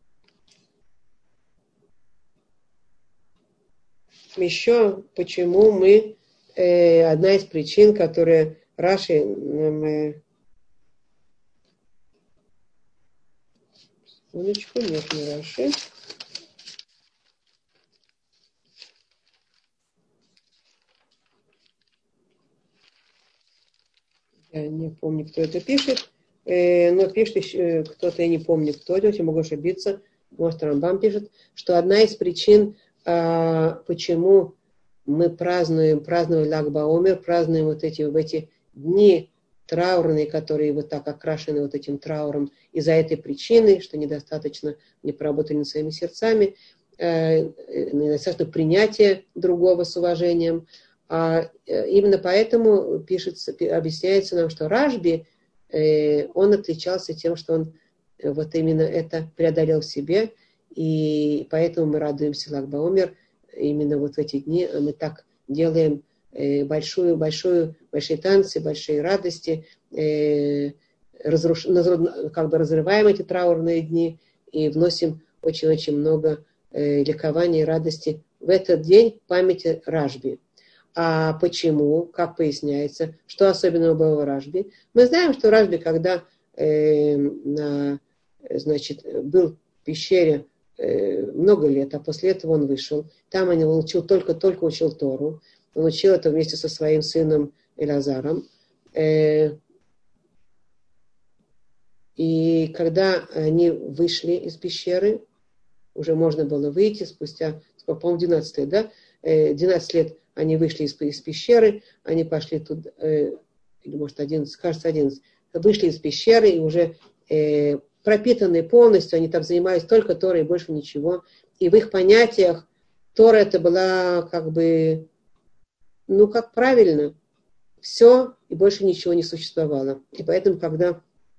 еще почему мы, э, одна из причин, которая Раши нам... Э, секундочку, нет, не Раши. Я не помню, кто это пишет, э, но пишет еще кто-то, я не помню, кто это, очень могу ошибиться, может, Рамбам пишет, что одна из причин, э, почему мы празднуем, празднуем Lag BaOmer, празднуем вот эти, в эти дни траурные, которые вот так окрашены вот этим трауром, из-за этой причины, что недостаточно не поработали над своими сердцами, э, недостаточно принятия другого с уважением. А именно поэтому пишется, объясняется нам, что Рашби, э, он отличался тем, что он э, вот именно это преодолел в себе, и поэтому мы радуемся Lag BaOmer именно вот в эти дни. Мы так делаем э, большую, большую, большие танцы, большие радости, э, разруш... как бы разрываем эти траурные дни и вносим очень-очень много э, ликования и радости в этот день памяти Рашби. А почему? Как поясняется? Что особенного было в Рашби? Мы знаем, что Рашби, когда э, на, значит, был в пещере э, много лет, а после этого он вышел. Там он учил, только-только учил Тору. Он учил это вместе со своим сыном Элазаром. Э, и когда они вышли из пещеры, уже можно было выйти спустя, по-моему, двенадцать лет, да? Э, двенадцать лет они вышли из, из пещеры, они пошли туда, э, или может одиннадцать, кажется одиннадцать, вышли из пещеры и уже э, пропитанные полностью, они там занимались только Торой и больше ничего. И в их понятиях Тора это была как бы, ну как правильно, все и больше ничего не существовало. И поэтому, когда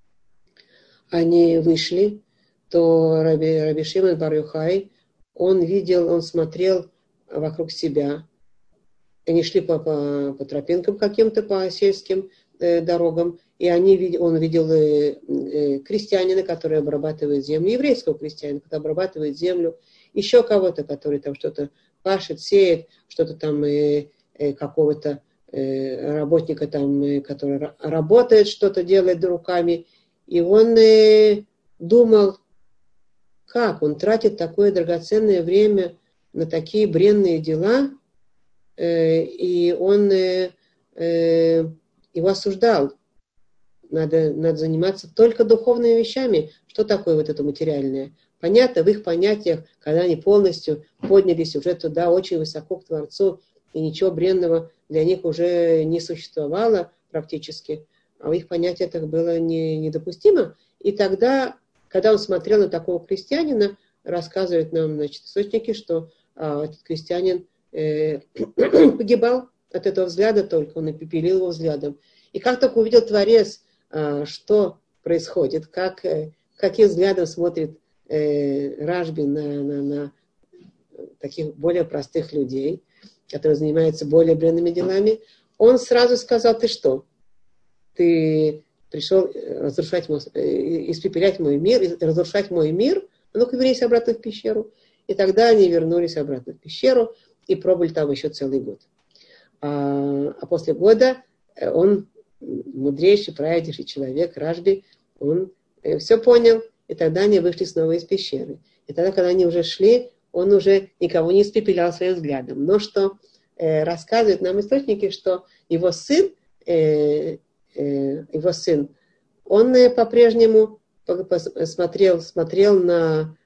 они вышли, то Раби, Раби Шимон бар Йохай, он видел, он смотрел вокруг себя. Они шли по, по, по тропинкам каким-то, по сельским э, дорогам, и они, он видел э, э, крестьянина, который обрабатывает землю, еврейского крестьянина, который обрабатывает землю, еще кого-то, который там что-то пашет, сеет, что-то там э, э, какого-то э, работника, там, э, который работает, что-то делает руками. И он э, думал, как он тратит такое драгоценное время на такие бренные дела, э, и он э, э, его осуждал. Надо, надо заниматься только духовными вещами. Что такое вот это материальное? Понятно, в их понятиях, когда они полностью поднялись уже туда, очень высоко к Творцу, и ничего бренного для них уже не существовало практически, а в их понятиях это было не, недопустимо. И тогда, когда он смотрел на такого крестьянина, рассказывают нам, значит, источники, что а, этот крестьянин э, погибал от этого взгляда только, он опепелил его взглядом. И как только увидел Творец, а, что происходит, как, э, каким взглядом смотрит э, Рашби на, на, на таких более простых людей, которые занимаются более бренными делами, он сразу сказал: ты что? Ты пришел разрушать мой, испепелять мой мир, разрушать мой мир, а ну-ка вернись обратно в пещеру. И тогда они вернулись обратно в пещеру и пробыли там еще целый год. А, а после года он, мудрейший, праведнейший человек, Рашби, он все понял, и тогда они вышли снова из пещеры. И тогда, когда они уже шли, он уже никого не испепелял своим взглядом. Но что э, рассказывают нам источники, что его сын, э, его сын, он по-прежнему смотрел, смотрел на,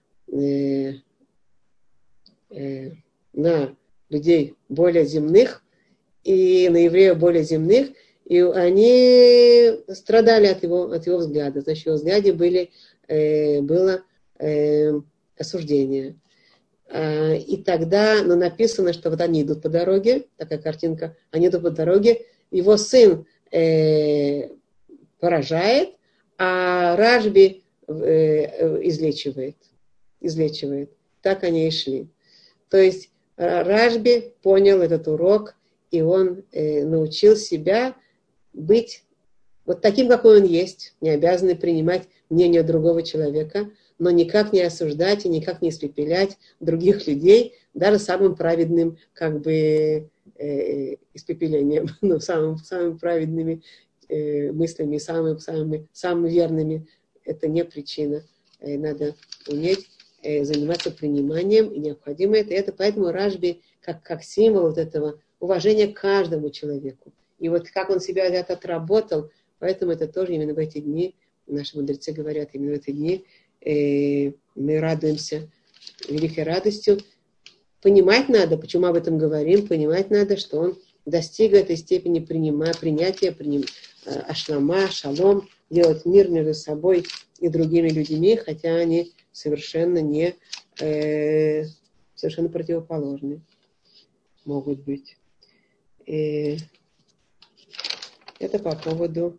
на людей более земных и на евреев более земных, и они страдали от его, от его взгляда. Значит, в его взгляде были, было осуждение. И тогда, ну, написано, что вот они идут по дороге, такая картинка, они идут по дороге, его сын Э, поражает, а Рашби э, излечивает, излечивает. Так они и шли. То есть Рашби понял этот урок, и он э, научил себя быть вот таким, какой он есть, не обязанный принимать мнение другого человека, но никак не осуждать и никак не испепелять других людей, даже самым праведным, как бы, э, испепелением, ну, самым, самыми праведными э, мыслями, самыми, самыми, самыми верными. Это не причина. Э, надо уметь э, заниматься приниманием, и необходимо это. И это поэтому Рашби, как, как символ вот этого уважения к каждому человеку. И вот как он себя это отработал, поэтому это тоже именно в эти дни, наши мудрецы говорят, именно в эти дни э, мы радуемся великой радостью. Понимать надо, почему мы об этом говорим, понимать надо, что он достиг этой степени принимая, принятия, приним, ашлама, шалом, делать мир между собой и другими людьми, хотя они совершенно не, э, совершенно противоположны могут быть. И это по поводу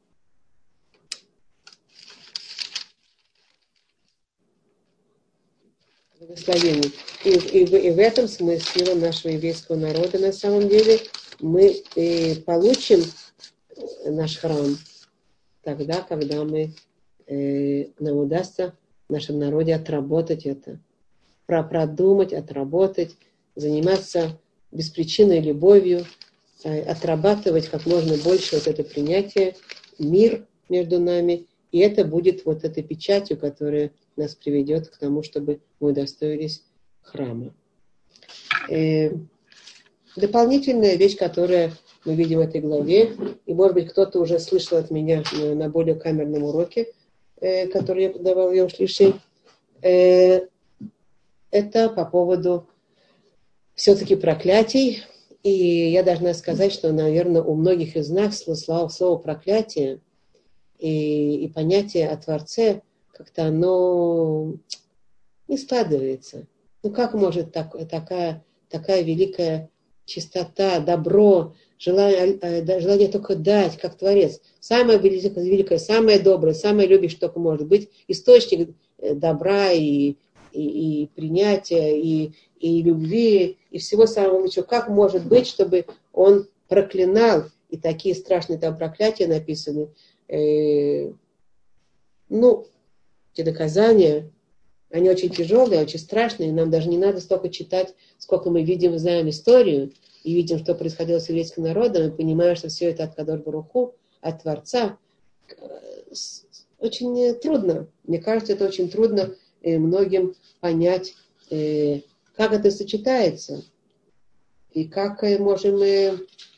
благословений. И, и, и в этом смысле нашего еврейского народа на самом деле мы э, получим наш храм тогда, когда мы, э, нам удастся в нашем народе отработать это, про, продумать, отработать, заниматься беспричинной любовью, э, отрабатывать как можно больше вот это принятие, мир между нами И это будет вот этой печатью, которая нас приведет к тому, чтобы мы удостоились храма. Э, дополнительная вещь, которую мы видим в этой главе, и, может быть, кто-то уже слышал от меня на более камерном уроке, э, который я давал в Йом Шлиши, э, это по поводу все-таки проклятий. И я должна сказать, что, наверное, у многих из нас слово, слово проклятие и, и понятие о Творце как-то оно не складывается. Ну как может так, такая, такая великая чистота, добро, желание, желание только дать, как Творец, самое великое, великое, самое доброе, самое любящее, что только может быть, источник добра и, и, и принятия, и, и любви, и всего самого лучшего. Как может быть, чтобы он проклинал, и такие страшные там проклятия написаны, э, ну, эти наказания, они очень тяжелые, очень страшные, и нам даже не надо столько читать, сколько мы видим, знаем историю, и видим, что происходило с еврейским народом, и понимаем, что все это от Кадош Барух Ху, от Творца. Очень трудно. Мне кажется, это очень трудно многим понять, как это сочетается, и как можем мы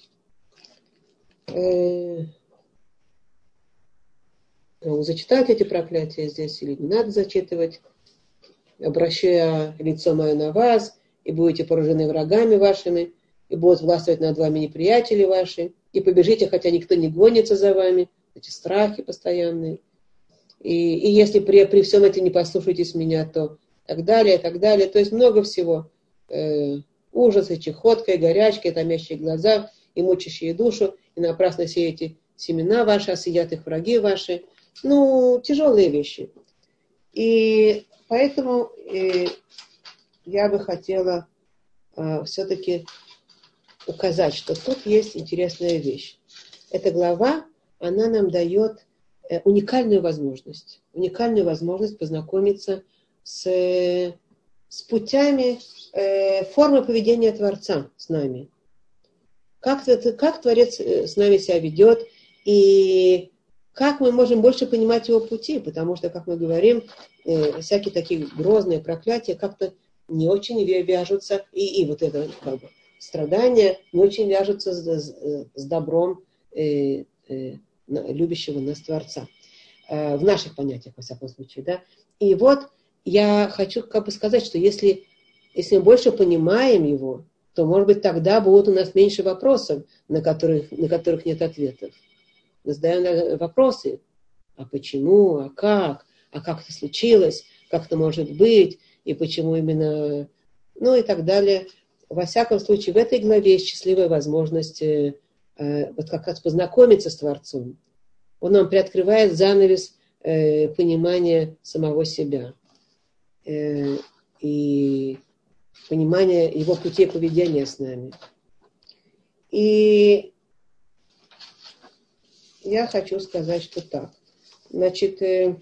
зачитать эти проклятия здесь, или не надо зачитывать. Обращая лицо мое на вас, и будете поражены врагами вашими, и будут властвовать над вами неприятели ваши, и побежите, хотя никто не гонится за вами, эти страхи постоянные. И, и если при, при всем этом не послушаетесь меня, то так далее, так далее. То есть много всего. Э, ужас, и чехотка, и горячка, и томящие глаза, и мучащие душу, и напрасно сеете семена ваши, а съедят их враги ваши. Ну, тяжелые вещи. И поэтому э, я бы хотела э, все-таки указать, что тут есть интересная вещь. Эта глава, она нам дает э, уникальную возможность, уникальную возможность познакомиться с, э, с путями э, формы поведения Творца с нами. Как, как Творец с нами себя ведет, и как мы можем больше понимать его пути, потому что, как мы говорим, э, всякие такие грозные проклятия как-то не очень вяжутся, и, и вот это как бы, страдания не очень вяжутся с, с, с добром э, э, любящего нас Творца. Э, в наших понятиях, во всяком случае. Да? И вот я хочу как бы сказать, что если, если мы больше понимаем его, то, может быть, тогда будет у нас меньше вопросов, на которых, на которых нет ответов. Мы задаем вопросы, а почему, а как, а как это случилось, как это может быть, и почему именно, ну и так далее. Во всяком случае, в этой главе есть счастливая возможность э, вот как раз познакомиться с Творцом. Он нам приоткрывает занавес э, понимания самого себя э, и понимания его путей поведения с нами. И я хочу сказать, что так. Значит, э,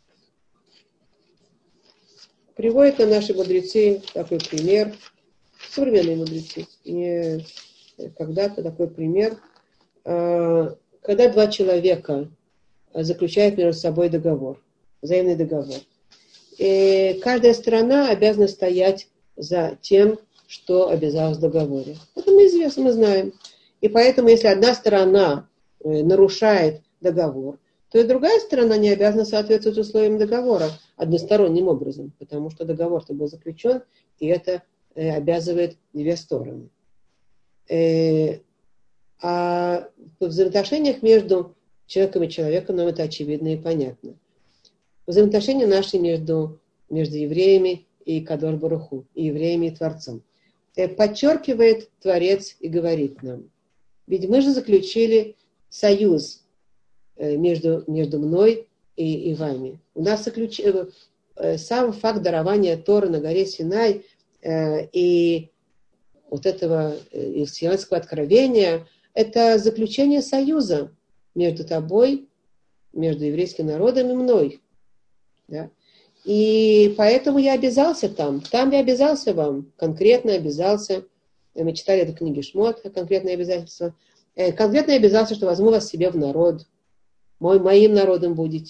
приводят на наши мудрецы такой пример, современные мудрецы, не когда-то такой пример, э, когда два человека заключают между собой договор, взаимный договор. И каждая сторона обязана стоять за тем, что обязалась в договоре. Это мы известно, мы знаем. И поэтому, если одна сторона нарушает договор, то и другая сторона не обязана соответствовать условиям договора односторонним образом, потому что договор-то был заключен, и это э, обязывает две стороны. Э, а в взаимоотношениях между человеком и человеком нам это очевидно и понятно. Взаимоотношения наши между, между евреями и Кадош Барух Ху, и евреями и Творцом. Э, подчеркивает Творец и говорит нам, ведь мы же заключили союз между, между мной и, и вами. У нас заключ... сам факт дарования Торы на горе Синай э, и вот этого э, сионского откровения — это заключение союза между тобой, между еврейским народом и мной. Да? И поэтому я обязался там. Там я обязался вам. Конкретно обязался. Мы читали это в книге Шмот, конкретное обязательство. Конкретно обязался, что возьму вас себе в народ. Мой, моим народом будете.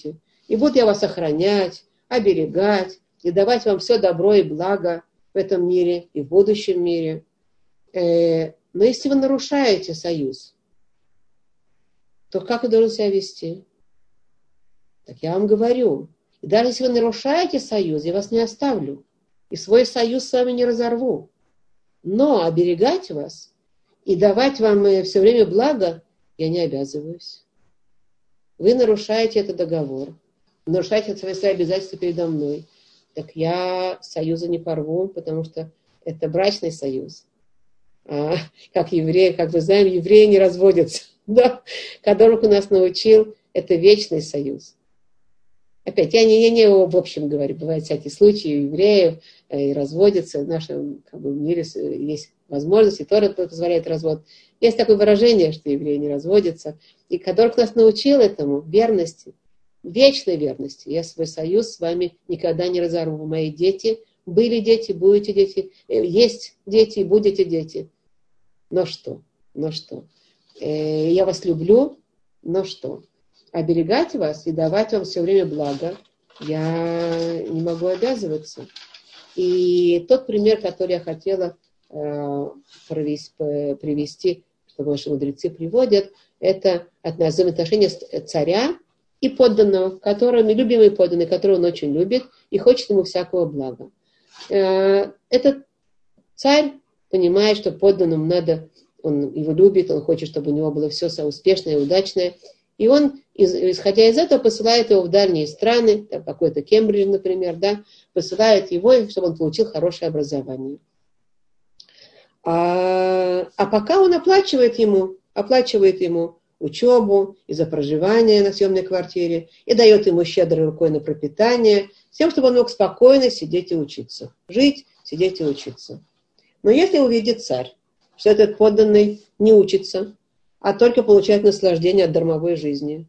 И буду я вас охранять, оберегать и давать вам все добро и благо в этом мире и в будущем мире. Э, но если вы нарушаете союз, то как вы должны себя вести? Так я вам говорю, и даже если вы нарушаете союз, я вас не оставлю. И свой союз с вами не разорву. Но оберегать вас и давать вам все время благо я не обязываюсь. Вы нарушаете этот договор, нарушаете свои обязательства передо мной. Так я союза не порву, потому что это брачный союз. А, как евреи, как мы знаем, евреи не разводятся. Да? Которых у нас научил, это вечный союз. Опять, я не, я не в общем говорю, бывают всякие случаи у евреев э, и разводятся. В нашем как бы, мире есть возможность, и Тора позволяет развод. Есть такое выражение, что евреи не разводятся. И которых нас научил этому, верности, вечной верности. Я свой союз с вами никогда не разорву. Мои дети, были дети, будете дети, э, есть дети и будете дети. Но что? Но что? Э, я вас люблю, но что? Оберегать вас и давать вам все время благо, я не могу обязываться. И тот пример, который я хотела э, провести, привести, что наши мудрецы приводят, это взаимоотношения царя и подданного, которыми, любимый подданный, которого он очень любит и хочет ему всякого блага. Э, этот царь понимает, что подданному надо, он его любит, он хочет, чтобы у него было все успешное и удачное. И он, исходя из этого, посылает его в дальние страны, там какой-то Кембридж, например, да, посылает его, чтобы он получил хорошее образование. А, а пока он оплачивает ему, оплачивает ему учебу и за проживание на съемной квартире, и дает ему щедрой рукой на пропитание, с тем, чтобы он мог спокойно сидеть и учиться. Жить, сидеть и учиться. Но если увидит царь, что этот подданный не учится, а только получает наслаждение от дармовой жизни.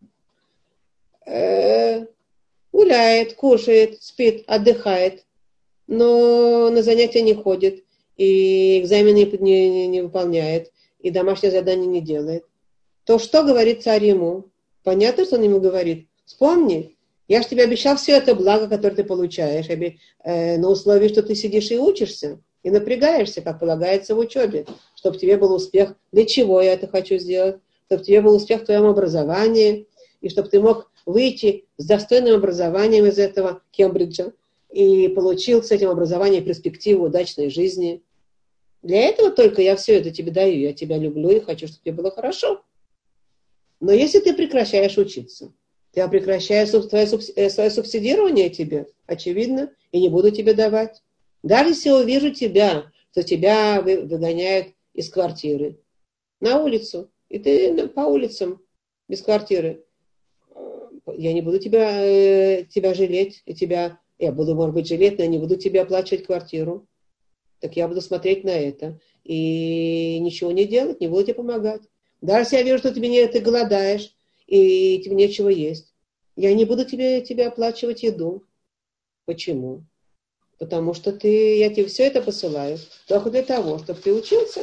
Э, гуляет, кушает, спит, отдыхает, но на занятия не ходит, и экзамены не, не, не выполняет, и домашнее задание не делает. То что говорит царь ему? Понятно, что он ему говорит? Вспомни, я же тебе обещал все это благо, которое ты получаешь, э, на условии, что ты сидишь и учишься. И напрягаешься, как полагается в учебе, чтобы тебе был успех. Для чего я это хочу сделать? Чтобы тебе был успех в твоем образовании, и чтобы ты мог выйти с достойным образованием из этого Кембриджа и получил с этим образованием перспективу удачной жизни. Для этого только я все это тебе даю. Я тебя люблю и хочу, чтобы тебе было хорошо. Но если ты прекращаешь учиться, я прекращаю свое субсидирование тебе, очевидно, и не буду тебе давать. Даже если я увижу тебя, что тебя выгоняют из квартиры на улицу, и ты по улицам без квартиры, я не буду тебя, тебя жалеть, и тебя, я буду, может быть, жалеть, но я не буду тебе оплачивать квартиру. Так я буду смотреть на это и ничего не делать, не буду тебе помогать. Даже если я вижу, что ты, не, ты голодаешь, и тебе нечего есть, я не буду тебе, тебе оплачивать еду. Почему? Потому что ты, я тебе все это посылаю только для того, чтобы ты учился.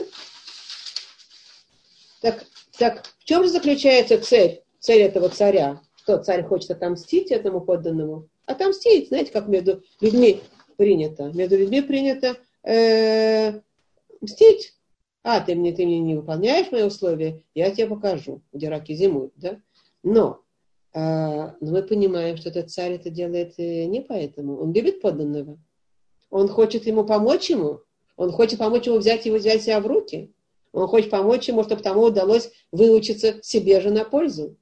Так, так в чем же заключается цель, цель этого царя? Что царь хочет отомстить этому подданному? Отомстить, знаете, как между людьми принято. Между людьми принято э, мстить. А, ты мне, ты мне не выполняешь мои условия, я тебе покажу, где раки зимуют. Да? Но, э, но мы понимаем, что этот царь это делает не поэтому. Он любит подданного. Он хочет ему помочь ему. Он хочет помочь ему взять его, взять себя в руки. Он хочет помочь ему, чтобы тому удалось выучиться себе же на пользу.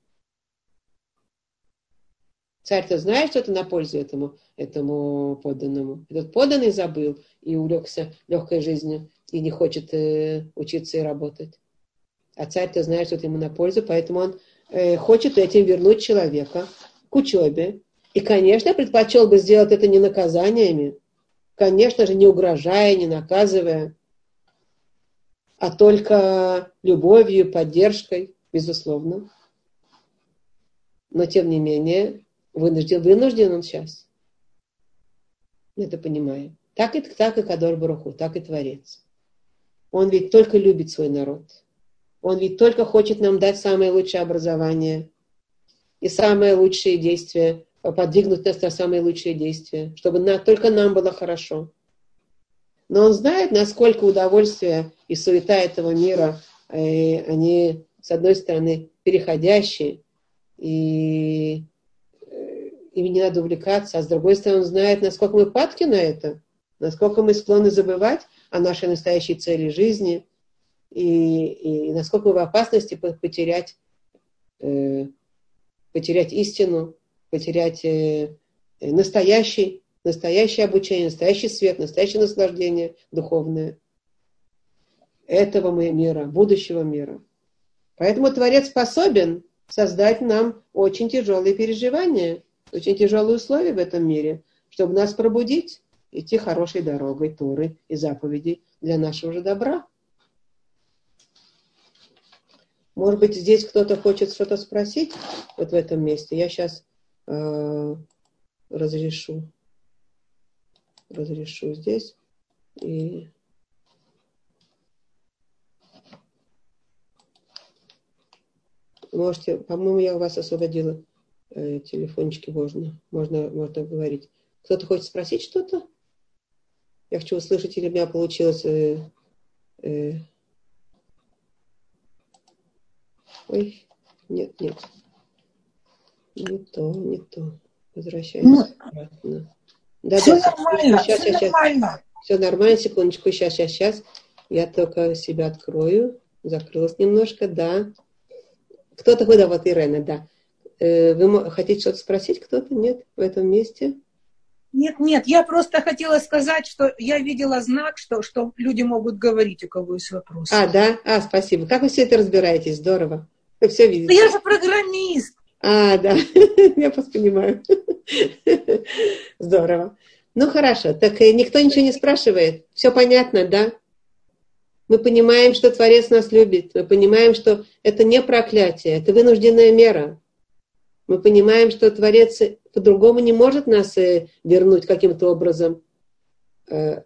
Царь-то знает, что это на пользу этому, этому подданному. Этот подданный забыл и увлекся легкой жизнью и не хочет э, учиться и работать. А царь-то знает, что это ему на пользу, поэтому он э, хочет этим вернуть человека к учебе. И, конечно, предпочел бы сделать это не наказаниями, конечно же, не угрожая, не наказывая, а только любовью, поддержкой, безусловно. Но, тем не менее, вынужден, вынужден он сейчас. Мы это понимаем. Так и, так и Кадош Барух Ху, так и Творец. Он ведь только любит свой народ. Он ведь только хочет нам дать самое лучшее образование и самые лучшие действия подвигнуть нас на самые лучшие действия, чтобы на, только нам было хорошо. Но Он знает, насколько удовольствие и суета этого мира, э, они, с одной стороны, переходящие, и э, ими не надо увлекаться, а с другой стороны, Он знает, насколько мы падки на это, насколько мы склонны забывать о нашей настоящей цели жизни, и, и насколько мы в опасности потерять, э, потерять истину, потерять э, настоящий, настоящее обучение, настоящий свет, настоящее наслаждение духовное этого мира, будущего мира. Поэтому Творец способен создать нам очень тяжелые переживания, очень тяжелые условия в этом мире, чтобы нас пробудить, идти хорошей дорогой Торы и заповедей для нашего же добра. Может быть, здесь кто-то хочет что-то спросить вот в этом месте. Я сейчас э, разрешу. Разрешу здесь. И... Можете, по-моему, я у вас освободила э, телефончики, можно, можно, можно говорить. Кто-то хочет спросить что-то? Я хочу услышать, или у меня получилось... Э, э... Ой, нет, нет. Не то, не то. Возвращайтесь обратно. Да, все да, нормально, сейчас, все сейчас, нормально. Все нормально, секундочку, сейчас, сейчас, сейчас. Я только себя открою. Закрылась немножко, да. Кто-то выдал, вот Ирена, да. Э, вы хотите что-то спросить? Кто-то? Нет? В этом месте? Нет, нет, я просто хотела сказать, что я видела знак, что, что люди могут говорить, у кого есть вопросы. А, да? А, спасибо. Как вы все это разбираетесь? Здорово. Вы все видите. Да я же программист. А, да. Я просто понимаю. Здорово. Ну, хорошо. Так никто ничего не спрашивает? Все понятно, да? Мы понимаем, что Творец нас любит. Мы понимаем, что это не проклятие, это вынужденная мера. Мы понимаем, что Творец по-другому не может нас вернуть каким-то образом, э,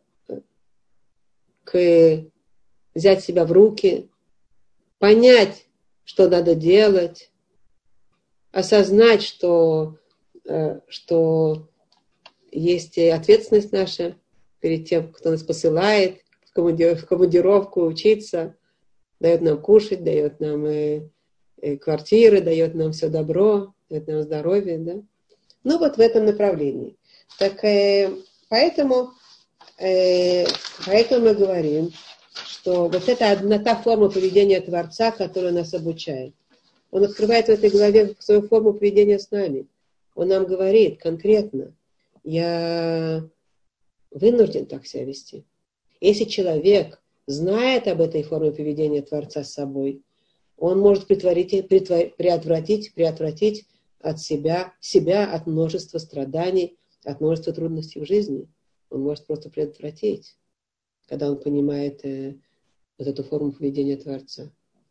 к, взять себя в руки, понять, что надо делать, осознать, что, э, что есть ответственность наша перед тем, кто нас посылает в командировку учиться, дает нам кушать, дает нам э, э, квартиры, дает нам все добро, дает нам здоровье, да? Ну вот в этом направлении. Так, э, поэтому, э, поэтому мы говорим, что вот это одна та форма поведения Творца, которая нас обучает. Он открывает в этой главе свою форму поведения с нами. Он нам говорит конкретно: я вынужден так себя вести. Если человек знает об этой форме поведения Творца с собой, он может притворить, притвор, приотвратить, приотвратить от себя, себя от множества страданий, от множества трудностей в жизни. Он может просто предотвратить, когда он понимает э, вот эту форму поведения Творца.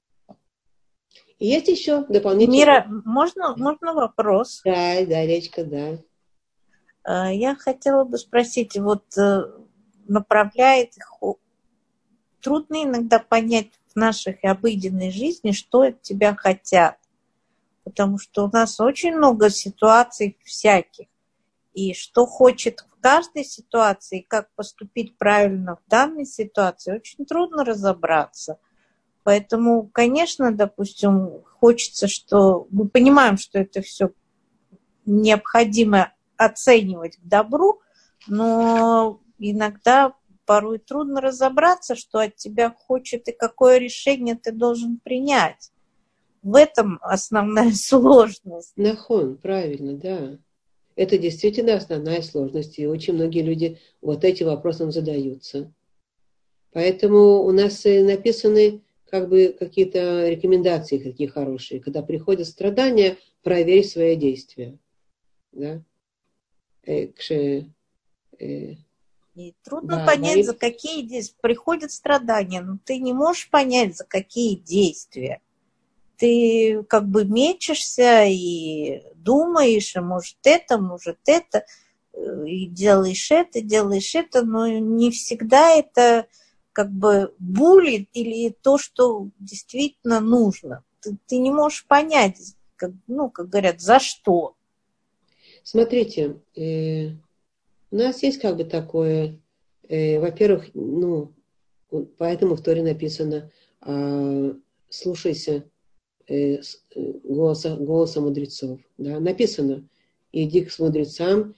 И есть еще дополнительные... Мира, можно, можно вопрос? Да, да, Речка, да. Я хотела бы спросить, вот направляет их... Трудно иногда понять в нашей обыденной жизни, что от тебя хотят. Потому что у нас очень много ситуаций всяких. И что хочет в каждой ситуации, как поступить правильно в данной ситуации, очень трудно разобраться. Поэтому, конечно, допустим, хочется, что мы понимаем, что это все необходимо оценивать к добру, но иногда порой трудно разобраться, что от тебя хочет и какое решение ты должен принять. В этом основная сложность. Нахон, правильно, да. Это действительно основная сложность, и очень многие люди вот этим вопросом задаются. Поэтому у нас написаны как бы какие-то рекомендации такие хорошие. Когда приходят страдания, проверь свои действия. Да? Э, кше, э, И трудно да, понять, да, за какие действия. Приходят страдания, но ты не можешь понять, за какие действия. Ты как бы мечешься и думаешь, а может это, может это, и делаешь это, делаешь это, но не всегда это как бы булит или то, что действительно нужно. Ты, ты не можешь понять, как, ну, как говорят, за что. Смотрите, э, у нас есть как бы такое, э, во-первых, ну, поэтому в Торе написано, э, слушайся э, голоса, голоса мудрецов. Да? Написано, иди к мудрецам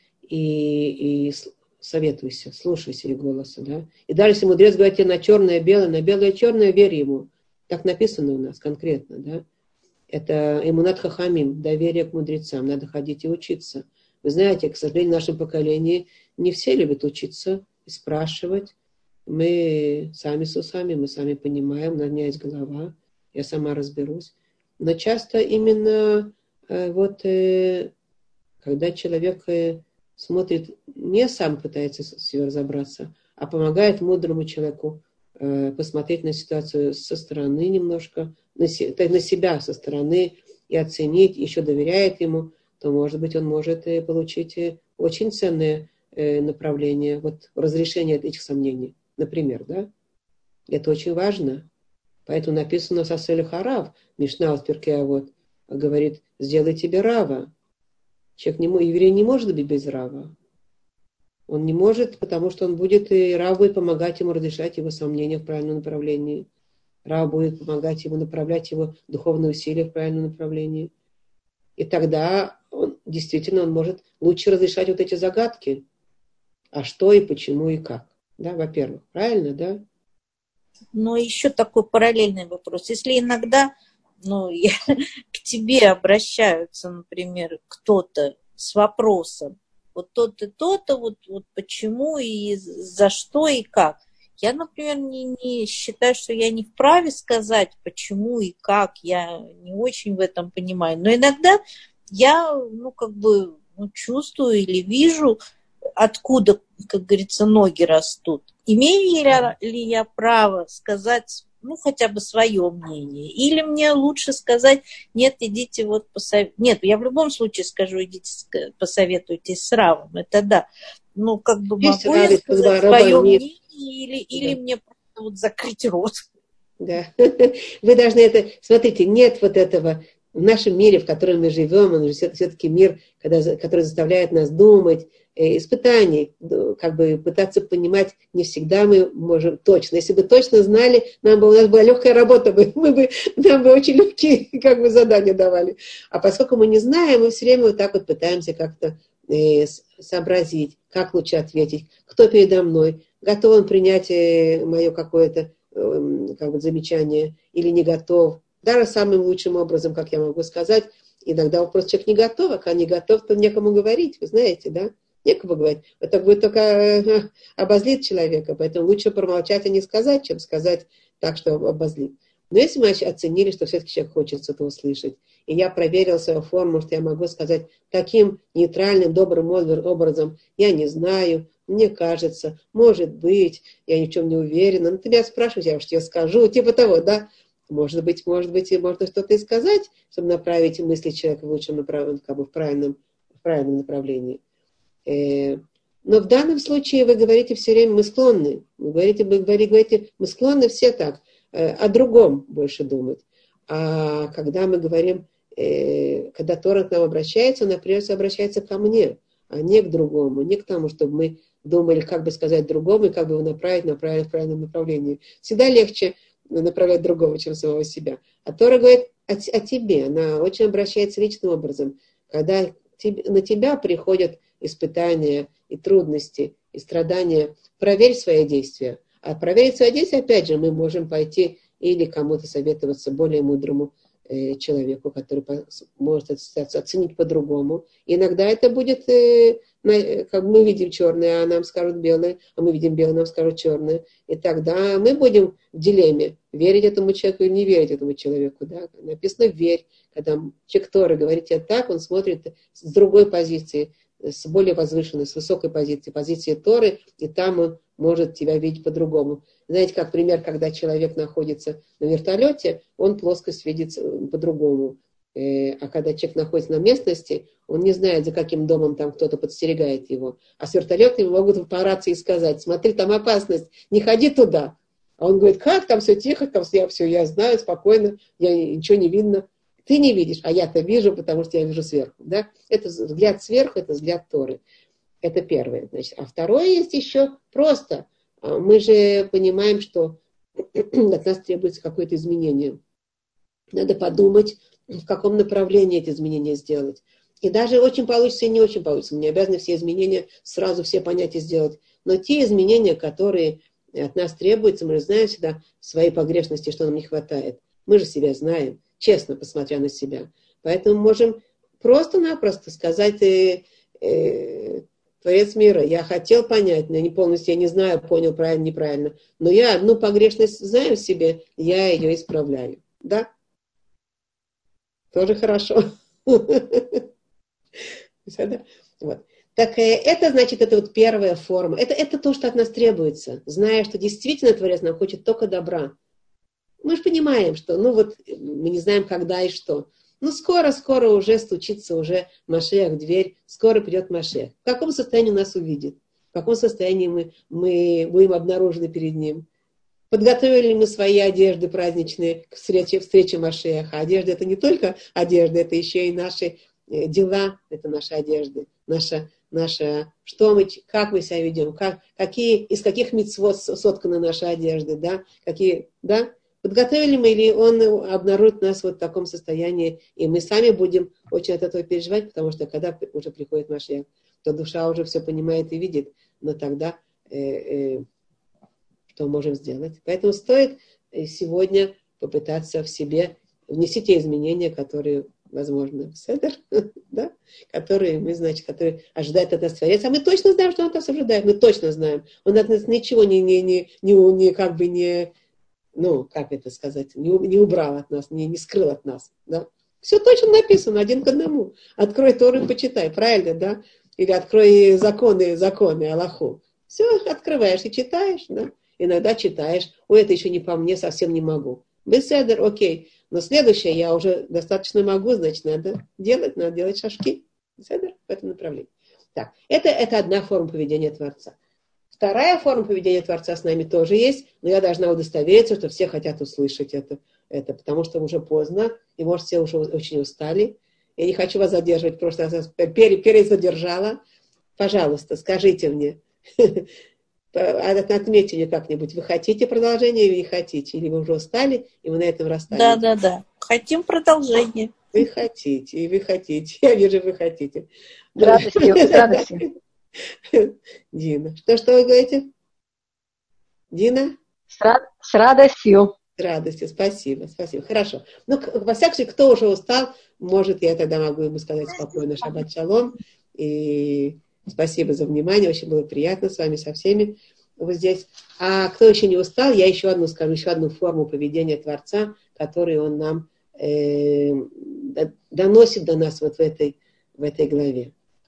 и, и советуйся, слушайся их голоса. Да? И даже если мудрец говорит тебе на черное, белое, на белое, черное, верь ему. Так написано у нас конкретно. Да? Это имунат хахамим, доверие к мудрецам. Надо ходить и учиться. Вы знаете, к сожалению, в нашем поколении не все любят учиться и спрашивать. Мы сами с усами, мы сами понимаем, у меня есть голова, я сама разберусь. Но часто именно э, вот э, когда человек э, смотрит, не сам пытается с себе разобраться, а помогает мудрому человеку э, посмотреть на ситуацию со стороны немножко, на, се, на себя со стороны и оценить, еще доверяет ему, то, может быть, он может э, получить э, очень ценное э, направление, вот разрешение этих сомнений, например, да? Это очень важно. Поэтому написано «Сасель харав», Мишна в Перке вот говорит, сделай тебе рава. Человек не, еврей не может быть без рава. Он не может, потому что он будет, и рав будет помогать ему разрешать его сомнения в правильном направлении. Рав будет помогать ему направлять его духовные усилия в правильном направлении. И тогда он, действительно он может лучше разрешать вот эти загадки. А что и почему и как. Да, во-первых. Правильно, да? Но еще такой параллельный вопрос. Если иногда ну, я, к тебе обращаются, например, кто-то с вопросом, вот то-то, то-то, вот, вот почему и за что и как. Я, например, не, не считаю, что я не вправе сказать, почему и как. Я не очень в этом понимаю. Но иногда я, ну, как бы ну, чувствую или вижу, откуда, как говорится, ноги растут. Имею ли, ли я право сказать, ну, хотя бы свое мнение? Или мне лучше сказать, нет, идите вот посоветуйтесь. Нет, я в любом случае скажу, идите посоветуйтесь с Равом. Это да. Ну, как бы Есть могу я сказать свое мнение или, или да. Мне просто вот закрыть рот? Да. Вы должны это... Смотрите, нет вот этого... В нашем мире, в котором мы живем, он же все-таки мир, когда, который заставляет нас думать, э, испытаний, как бы пытаться понимать, не всегда мы можем точно. Если бы точно знали, нам бы, у нас была легкая работа, мы бы, нам бы очень легкие как бы, задания давали. А поскольку мы не знаем, мы все время вот так вот пытаемся как-то э, сообразить, как лучше ответить, кто передо мной, готов он принять э, мое какое-то э, как бы, замечание или не готов. Даже самым лучшим образом, как я могу сказать, иногда просто человек не готов, а когда не готов, то некому говорить, вы знаете, да? Некому говорить. Это будет только обозлить человека, поэтому лучше промолчать и не сказать, чем сказать так, что обозлит. Но если мы оценили, что все-таки человек хочет это услышать, и я проверил свою форму, что я могу сказать таким нейтральным, добрым образом, я не знаю, мне кажется, может быть, я ни в чем не уверена, но тебя спрашивают, я уж тебе скажу, типа того, да? Может быть, может быть, и можно что-то и сказать, чтобы направить мысли человека в лучшем направлении, как бы в правильном, в правильном направлении. Э, но в данном случае вы говорите все время, мы склонны, вы говорите, вы говорите, мы склонны все так, э, о другом больше думать. А когда мы говорим, э, когда Тора к нам обращается, она прежде всего обращается ко мне, а не к другому, не к тому, чтобы мы думали, как бы сказать другому и как бы его направить, направить в правильном направлении. Всегда легче направлять другого, чем самого себя. А Тора говорит о, о тебе. Она очень обращается личным образом. Когда тебе, на тебя приходят испытания и трудности, и страдания, проверь свои действия. А проверить свои действия, опять же, мы можем пойти или кому-то советоваться более мудрому э, человеку, который по, может эту ситуацию оценить по-другому. И иногда это будет, э, на, как мы видим черное, а нам скажут белое, а мы видим белое, нам скажут черное. И тогда мы будем в дилемме, верить этому человеку или не верить этому человеку. Да? Написано «верь». Когда человек Торы говорит тебе так, он смотрит с другой позиции, с более возвышенной, с высокой позиции, позиции Торы, и там он может тебя видеть по-другому. Знаете, как пример, когда человек находится на вертолете, он плоскость видит по-другому. А когда человек находится на местности, он не знает, за каким домом там кто-то подстерегает его. А с вертолетами могут по рации сказать: смотри, там опасность, не ходи туда. А он говорит: как, там все тихо, там я все, я знаю, спокойно, я, ничего не видно. Ты не видишь, а я-то вижу, потому что я вижу сверху. Да? Это взгляд сверху, это взгляд Торы. Это первое. Значит. А второе есть еще просто. Мы же понимаем, что от нас требуется какое-то изменение. Надо подумать, в каком направлении эти изменения сделать. И даже очень получится и не очень получится. Мы не обязаны все изменения сразу все понять и сделать. Но те изменения, которые от нас требуются, мы же знаем всегда свои погрешности, что нам не хватает. Мы же себя знаем, честно посмотря на себя. Поэтому можем просто-напросто сказать, э, э, Творец мира, я хотел понять, но не полностью, я не знаю, понял правильно, неправильно. Но я одну погрешность знаю в себе, я ее исправляю. Да? Тоже хорошо. Вот. Так это, значит, это вот первая форма. Это, это то, что от нас требуется, зная, что действительно Творец нам хочет только добра. Мы же понимаем, что, ну вот, мы не знаем, когда и что. Ну, скоро-скоро уже стучится уже Машиах в дверь, скоро придет Машиах. В каком состоянии нас увидит? В каком состоянии мы, мы будем обнаружены перед ним? Подготовили ли мы свои одежды праздничные к встрече, встрече Машиаха? Одежда — это не только одежда, это еще и наши дела, это наши одежды, наша, наша, что мы, как мы себя ведем, как, какие, из каких мицвот сотканы наши одежды, да, какие, да, подготовили мы, или он обнаружит нас вот в таком состоянии, и мы сами будем очень от этого переживать, потому что когда уже приходит Машиах, то душа уже все понимает и видит, но тогда э, э, что можем сделать? Поэтому стоит сегодня попытаться в себе внести те изменения, которые возможно, седер, да, которые мы, значит, которые ожидает от нас Творец, а мы точно знаем, что он от нас ожидает, мы точно знаем. Он от нас ничего не, не, не, не, не как бы не, ну, как это сказать, не, не убрал от нас, не, не скрыл от нас, да. Все точно написано, один к одному. Открой Тору и почитай, правильно, да? Или открой законы, законы, Аллаху. Все открываешь и читаешь, да. Иногда читаешь, ой, это еще не по мне, совсем не могу. Беседер, окей. Но следующее я уже достаточно могу, значит, надо делать, надо делать шажки. Беседер в этом направлении. Так, это, это одна форма поведения Творца. Вторая форма поведения Творца с нами тоже есть, но я должна удостовериться, что все хотят услышать это, это потому что уже поздно, и, может, все уже очень устали. Я не хочу вас задерживать, просто я вас перезадержала. Пожалуйста, скажите мне, отметьте мне как-нибудь, вы хотите продолжение или не хотите, или вы уже устали, и вы на этом расстанете. Да, да, да. Хотим продолжение. Вы хотите, и вы хотите. Я вижу, вы хотите. С радостью, с радостью. Дина. Что, что вы говорите? Дина? С, рад... с радостью. С радостью, спасибо, спасибо. Хорошо. Ну, во всяком случае, кто уже устал, может, я тогда могу ему сказать спокойно шаббат шалом. И спасибо за внимание, очень было приятно с вами, со всеми вот здесь. А кто еще не устал, я еще одну скажу, еще одну форму поведения Творца, которую он нам э, доносит до нас вот в этой, в этой главе.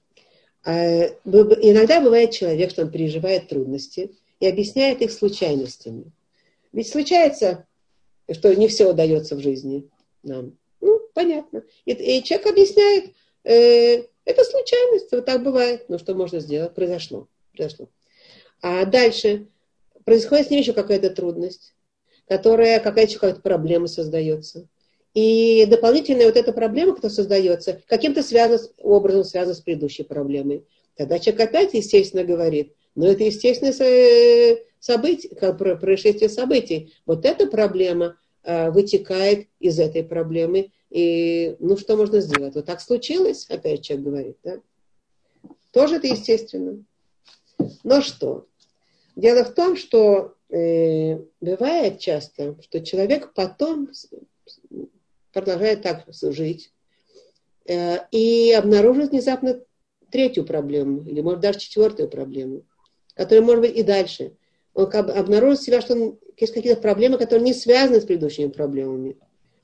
А, иногда бывает человек, что он переживает трудности и объясняет их случайностями. Ведь случается, что не все удается в жизни нам. Ну, понятно. И, и человек объясняет, э, это случайность, вот так бывает. Ну, что можно сделать? Произошло. Произошло. А дальше происходит с ним еще какая-то трудность, которая, какая-то еще какая-то проблема создается. И дополнительная вот эта проблема, которая создается, каким-то связан, образом связана с предыдущей проблемой. Тогда человек опять, естественно, говорит, но это естественное событие, как происшествие событий. Вот эта проблема э, вытекает из этой проблемы. И, ну, что можно сделать? Вот так случилось, опять человек говорит, да? Тоже это естественно. Но что? Дело в том, что э, бывает часто, что человек потом продолжает так жить э, и обнаружит внезапно третью проблему, или, может, даже четвертую проблему, которая может быть и дальше. Он обнаружит себя, что он, есть какие-то проблемы, которые не связаны с предыдущими проблемами.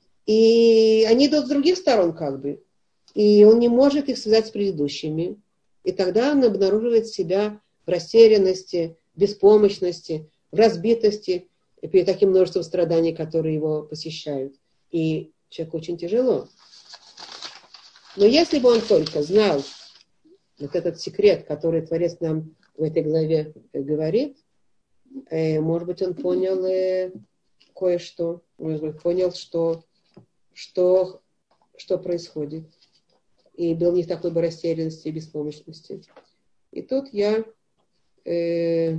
И они идут с других сторон как бы. И он не может их связать с предыдущими. И тогда он обнаруживает себя в растерянности, беспомощности, в разбитости перед таким множеством страданий, которые его посещают. И человеку очень тяжело. Но если бы он только знал вот этот секрет, который Творец нам в этой главе говорит, э, может быть, он понял э, кое-что. Может быть, понял, что, что что происходит. И был не в такой бы растерянности и беспомощности. И тут я э,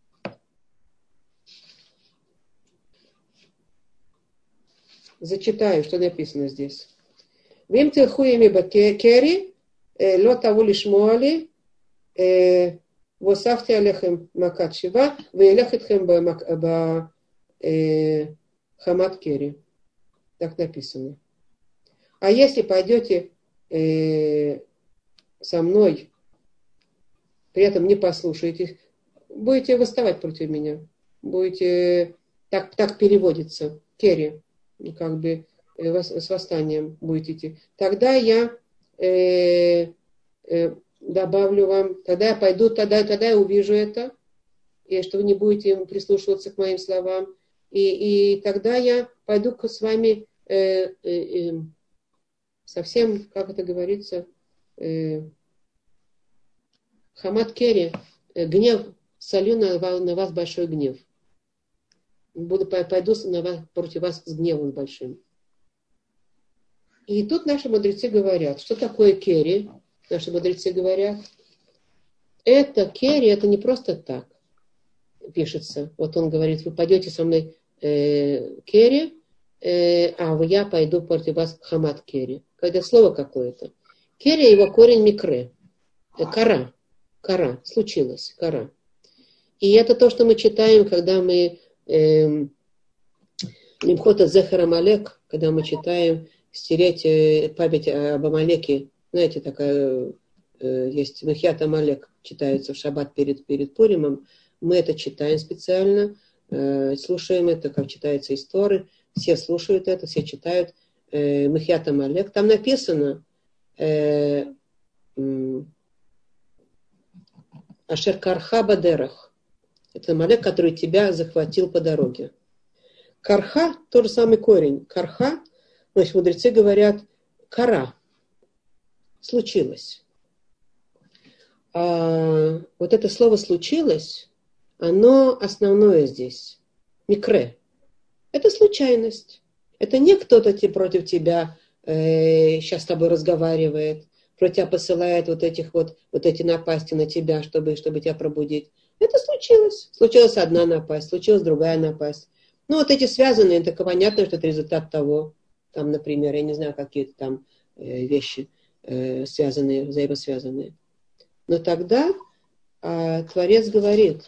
зачитаю, что написано здесь. Вим тихуями бакери, ло того лишмуали, восафти алехем макат шива, вейлехетхем ба хамат кери. Так написано. А если пойдете э, со мной, при этом не послушаете, будете восставать против меня. Будете, так, так переводится, кери, как бы э, с восстанием будете идти. Тогда я э, э, добавлю вам, тогда я пойду, тогда, тогда я увижу это, и что вы не будете прислушиваться к моим словам. И, и тогда я пойду с вами э, э, э, совсем, как это говорится, э, хамат кери, э, гнев, солю на, на вас большой гнев. Буду, пойду на вас, против вас с гневом большим. И тут наши мудрецы говорят, что такое кери? Наши мудрецы говорят, это кери, это не просто так пишется. Вот он говорит, вы пойдете со мной э, кери, э, а я пойду против вас хамат кери. Когда слово какое-то. Кери, его корень микре. Э, кара. Кара. Случилось. Кара. И это то, что мы читаем, когда мы э, Лимхота Зехер Амалек, когда мы читаем стереть э, память об Амалеке. Знаете, такая э, есть Мехьят Амалек, читается в шаббат перед, перед Пуримом. Мы это читаем специально, э, слушаем это, как читается из Торы. Все слушают это, все читают э, Мехьят Амалек. Там написано э, э, Ашер Карха Бадерах. Это Амалек, который тебя захватил по дороге. Карха, тот же самый корень. Карха, значит, мудрецы говорят, кара. Случилось. А вот это слово «случилось», оно основное здесь. Микре. Это случайность. Это не кто-то против тебя э, сейчас с тобой разговаривает, против тебя посылает вот этих вот, вот эти напасти на тебя, чтобы, чтобы тебя пробудить. Это случилось. Случилась одна напасть, случилась другая напасть. Ну, вот эти связанные, это понятно, что это результат того, там, например, я не знаю, какие-то там э, вещи э, связанные, взаимосвязанные. Но тогда э, Творец говорит,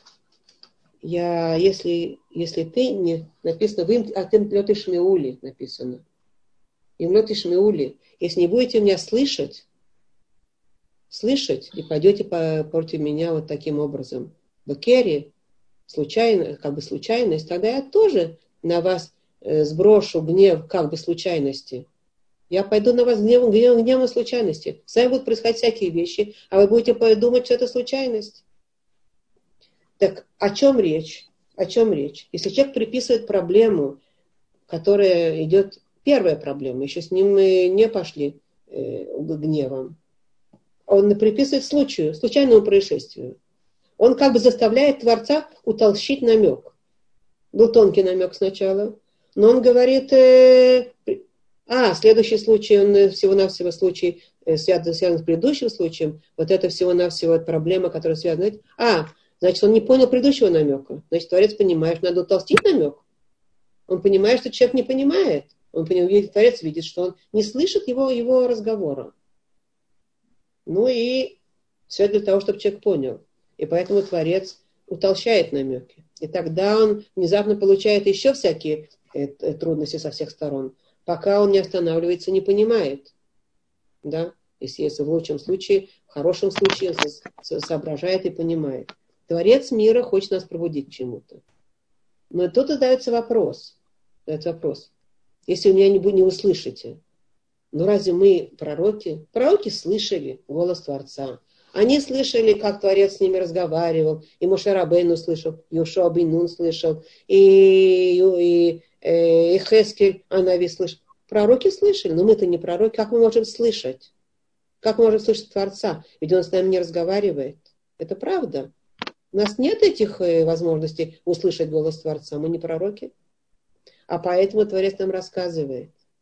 я, если, если ты не, написано, вы атем летиш меули, написано. Им летиш меули. Если не будете меня слышать, слышать, и пойдете по, против меня вот таким образом, бакери, случайно, как бы случайность, тогда я тоже на вас э, сброшу гнев как бы случайности. Я пойду на вас гневом, гневом, гневом случайности. С вами будут происходить всякие вещи, а вы будете думать, что это случайность. Так о чем речь? О чем речь? Если человек приписывает проблему, которая идет, первая проблема, еще с ним мы не пошли э, гневом, он приписывает случаю, случайному происшествию. Он как бы заставляет Творца утолщить намек. Был тонкий намек сначала, но он говорит, э, а, следующий случай, он всего-навсего случай, э, связан, связан с предыдущим случаем, вот это всего-навсего проблема, которая связана. А, значит, он не понял предыдущего намека. Значит, Творец понимает, что надо утолстить намек. Он понимает, что человек не понимает. Он понимает, Творец видит, что он не слышит его, его разговора. Ну и все для того, чтобы человек понял. И поэтому Творец утолщает намеки. И тогда он внезапно получает еще всякие э, трудности со всех сторон, пока он не останавливается, не понимает. Да? Если, если в лучшем случае, в хорошем случае со- соображает и понимает. Творец мира хочет нас пробудить к чему-то. Но тут задается вопрос. Задается вопрос. Если вы меня не, не услышите, ну разве мы пророки? Пророки слышали голос Творца. Они слышали, как Творец с ними разговаривал, и Моше Рабейну слышал, Йошуа бен Нун слышал, и, и, и, и Хескель Анави слышал. Пророки слышали, но мы-то не пророки. Как мы можем слышать? Как мы можем слышать Творца? Ведь он с нами не разговаривает. Это правда. У нас нет этих возможностей услышать голос Творца. Мы не пророки. А поэтому Творец нам рассказывает.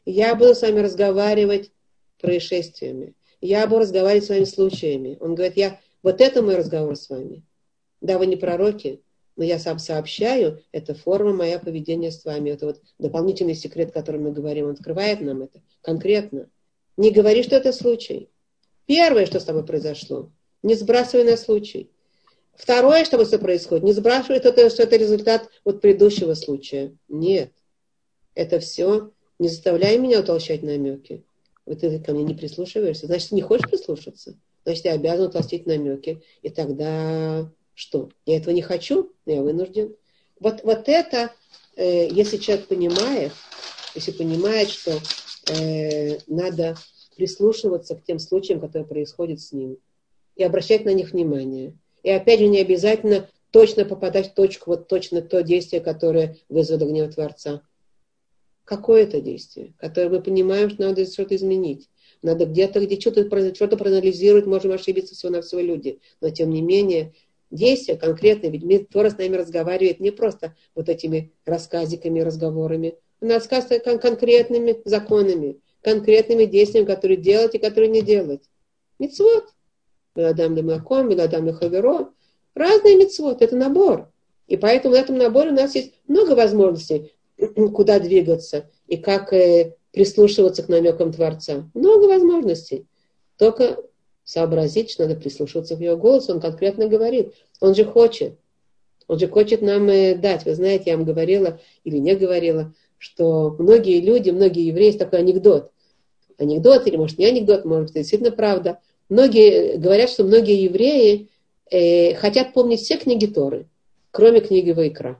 Я буду с вами разговаривать происшествиями. Я буду разговаривать с вами случаями. Он говорит, я, вот это мой разговор с вами. Да, вы не пророки, но я сам сообщаю, это форма моя поведения с вами. Это вот дополнительный секрет, о котором мы говорим. Он открывает нам это конкретно. Не говори, что это случай. Первое, что с тобой произошло, не сбрасывай на случай. Второе, что с тобой происходит, не сбрасывай, что это, что это результат вот предыдущего случая. Нет. Это все. Не заставляй меня утолщать намеки. Вот ты ко мне не прислушиваешься. Значит, ты не хочешь прислушаться. Значит, я обязан утолстить намеки. И тогда что? Я этого не хочу, но я вынужден. Вот, вот это, э, если человек понимает, если понимает, что э, надо прислушиваться к тем случаям, которые происходят с ним, и обращать на них внимание. И опять же, не обязательно точно попадать в точку, вот точно то действие, которое вызвало гнев Творца. Какое это действие, которое мы понимаем, что надо что-то изменить. Надо где-то, где что-то, что-то проанализировать, можем ошибиться всего-навсего люди. Но тем не менее, действия конкретные, ведь Тора с нами разговаривает не просто вот этими рассказиками, разговорами. Она рассказывает кон- конкретными законами, конкретными действиями, которые делать и которые не делать. Мицвот. Миладам де Маком, Миладам де Хаверо. Разные мицвот. Это набор. И поэтому в этом наборе у нас есть много возможностей, куда двигаться и как э, прислушиваться к намекам Творца. Много возможностей. Только сообразить, что надо прислушиваться к его голосу. Он конкретно говорит. Он же хочет. Он же хочет нам э, дать. Вы знаете, я вам говорила или не говорила, что многие люди, многие евреи, есть такой анекдот. Анекдот, или может не анекдот, может быть, действительно правда. Многие говорят, что многие евреи э, хотят помнить все книги Торы, кроме книги Ваикра.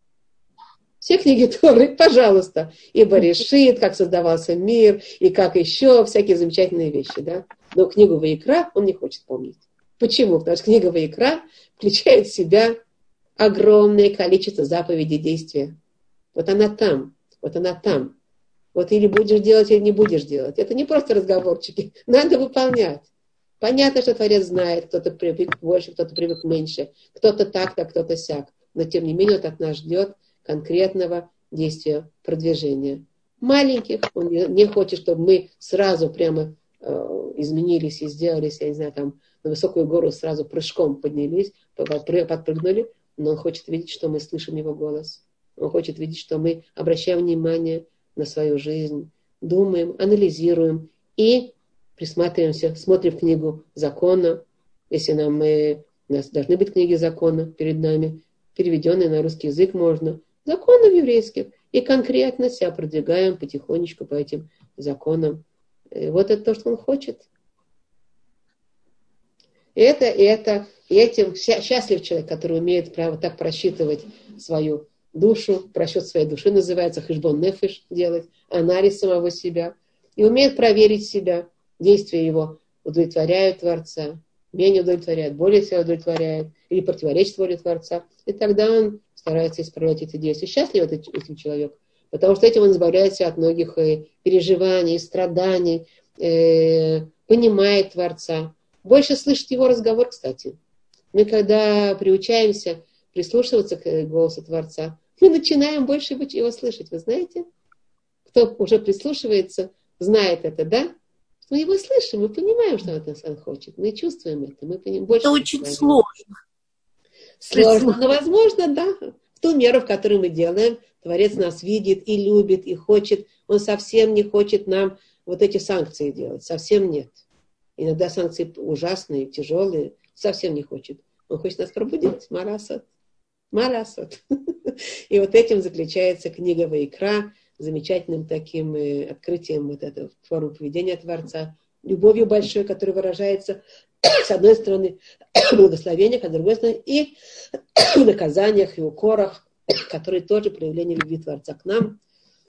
Все книги Торы, пожалуйста. И Барешит, как создавался мир, и как еще, всякие замечательные вещи. Да? Но книгу Ваикра он не хочет помнить. Почему? Потому что книга Ваикра включает в себя огромное количество заповедей действия. Вот она там, вот она там. Вот или будешь делать, или не будешь делать. Это не просто разговорчики. Надо выполнять. Понятно, что Творец знает, кто-то привык больше, кто-то привык меньше. Кто-то так-то, кто-то сяк. Но тем не менее, вот от нас ждет конкретного действия, продвижения. Маленьких, он не хочет, чтобы мы сразу прямо э, изменились и сделались, я не знаю, там на высокую гору сразу прыжком поднялись, подпрыгнули, но он хочет видеть, что мы слышим его голос. Он хочет видеть, что мы обращаем внимание на свою жизнь, думаем, анализируем и присматриваемся, смотрим книгу закона, если нам, мы, у нас должны быть книги закона перед нами, переведенные на русский язык можно, законов еврейских, и конкретно себя продвигаем потихонечку по этим законам. И вот это то, что он хочет. И это, и это, и этим счастлив человек, который умеет право так просчитывать свою душу, просчет своей души называется, хешбон нефеш делать, анализ самого себя, и умеет проверить себя, действия его удовлетворяют Творца, менее удовлетворяют, более себя удовлетворяют, или противоречит воле Творца, и тогда он старается исправлять эти действия. Счастлив этот, этот человек, потому что этим он избавляется от многих э, переживаний, страданий, э, понимает Творца, больше слышит его разговор, кстати. Мы когда приучаемся прислушиваться к голосу Творца, мы начинаем больше его слышать. Вы знаете? Кто уже прислушивается, знает это, да? Мы его слышим, мы понимаем, что он хочет. Мы чувствуем это. Мы понимаем, больше это очень сложно. Сложно, но возможно, да. В ту меру, в которой мы делаем, Творец нас видит и любит, и хочет. Он совсем не хочет нам вот эти санкции делать. Совсем нет. Иногда санкции ужасные, тяжелые. Совсем не хочет. Он хочет нас пробудить. Марасот. Марасот. И вот этим заключается книга Ваикра, замечательным таким э, открытием вот этого формы поведения Творца, любовью большой, которая выражается с одной стороны в благословениях, а с другой стороны и в наказаниях, и укорах, которые тоже проявление любви Творца к нам.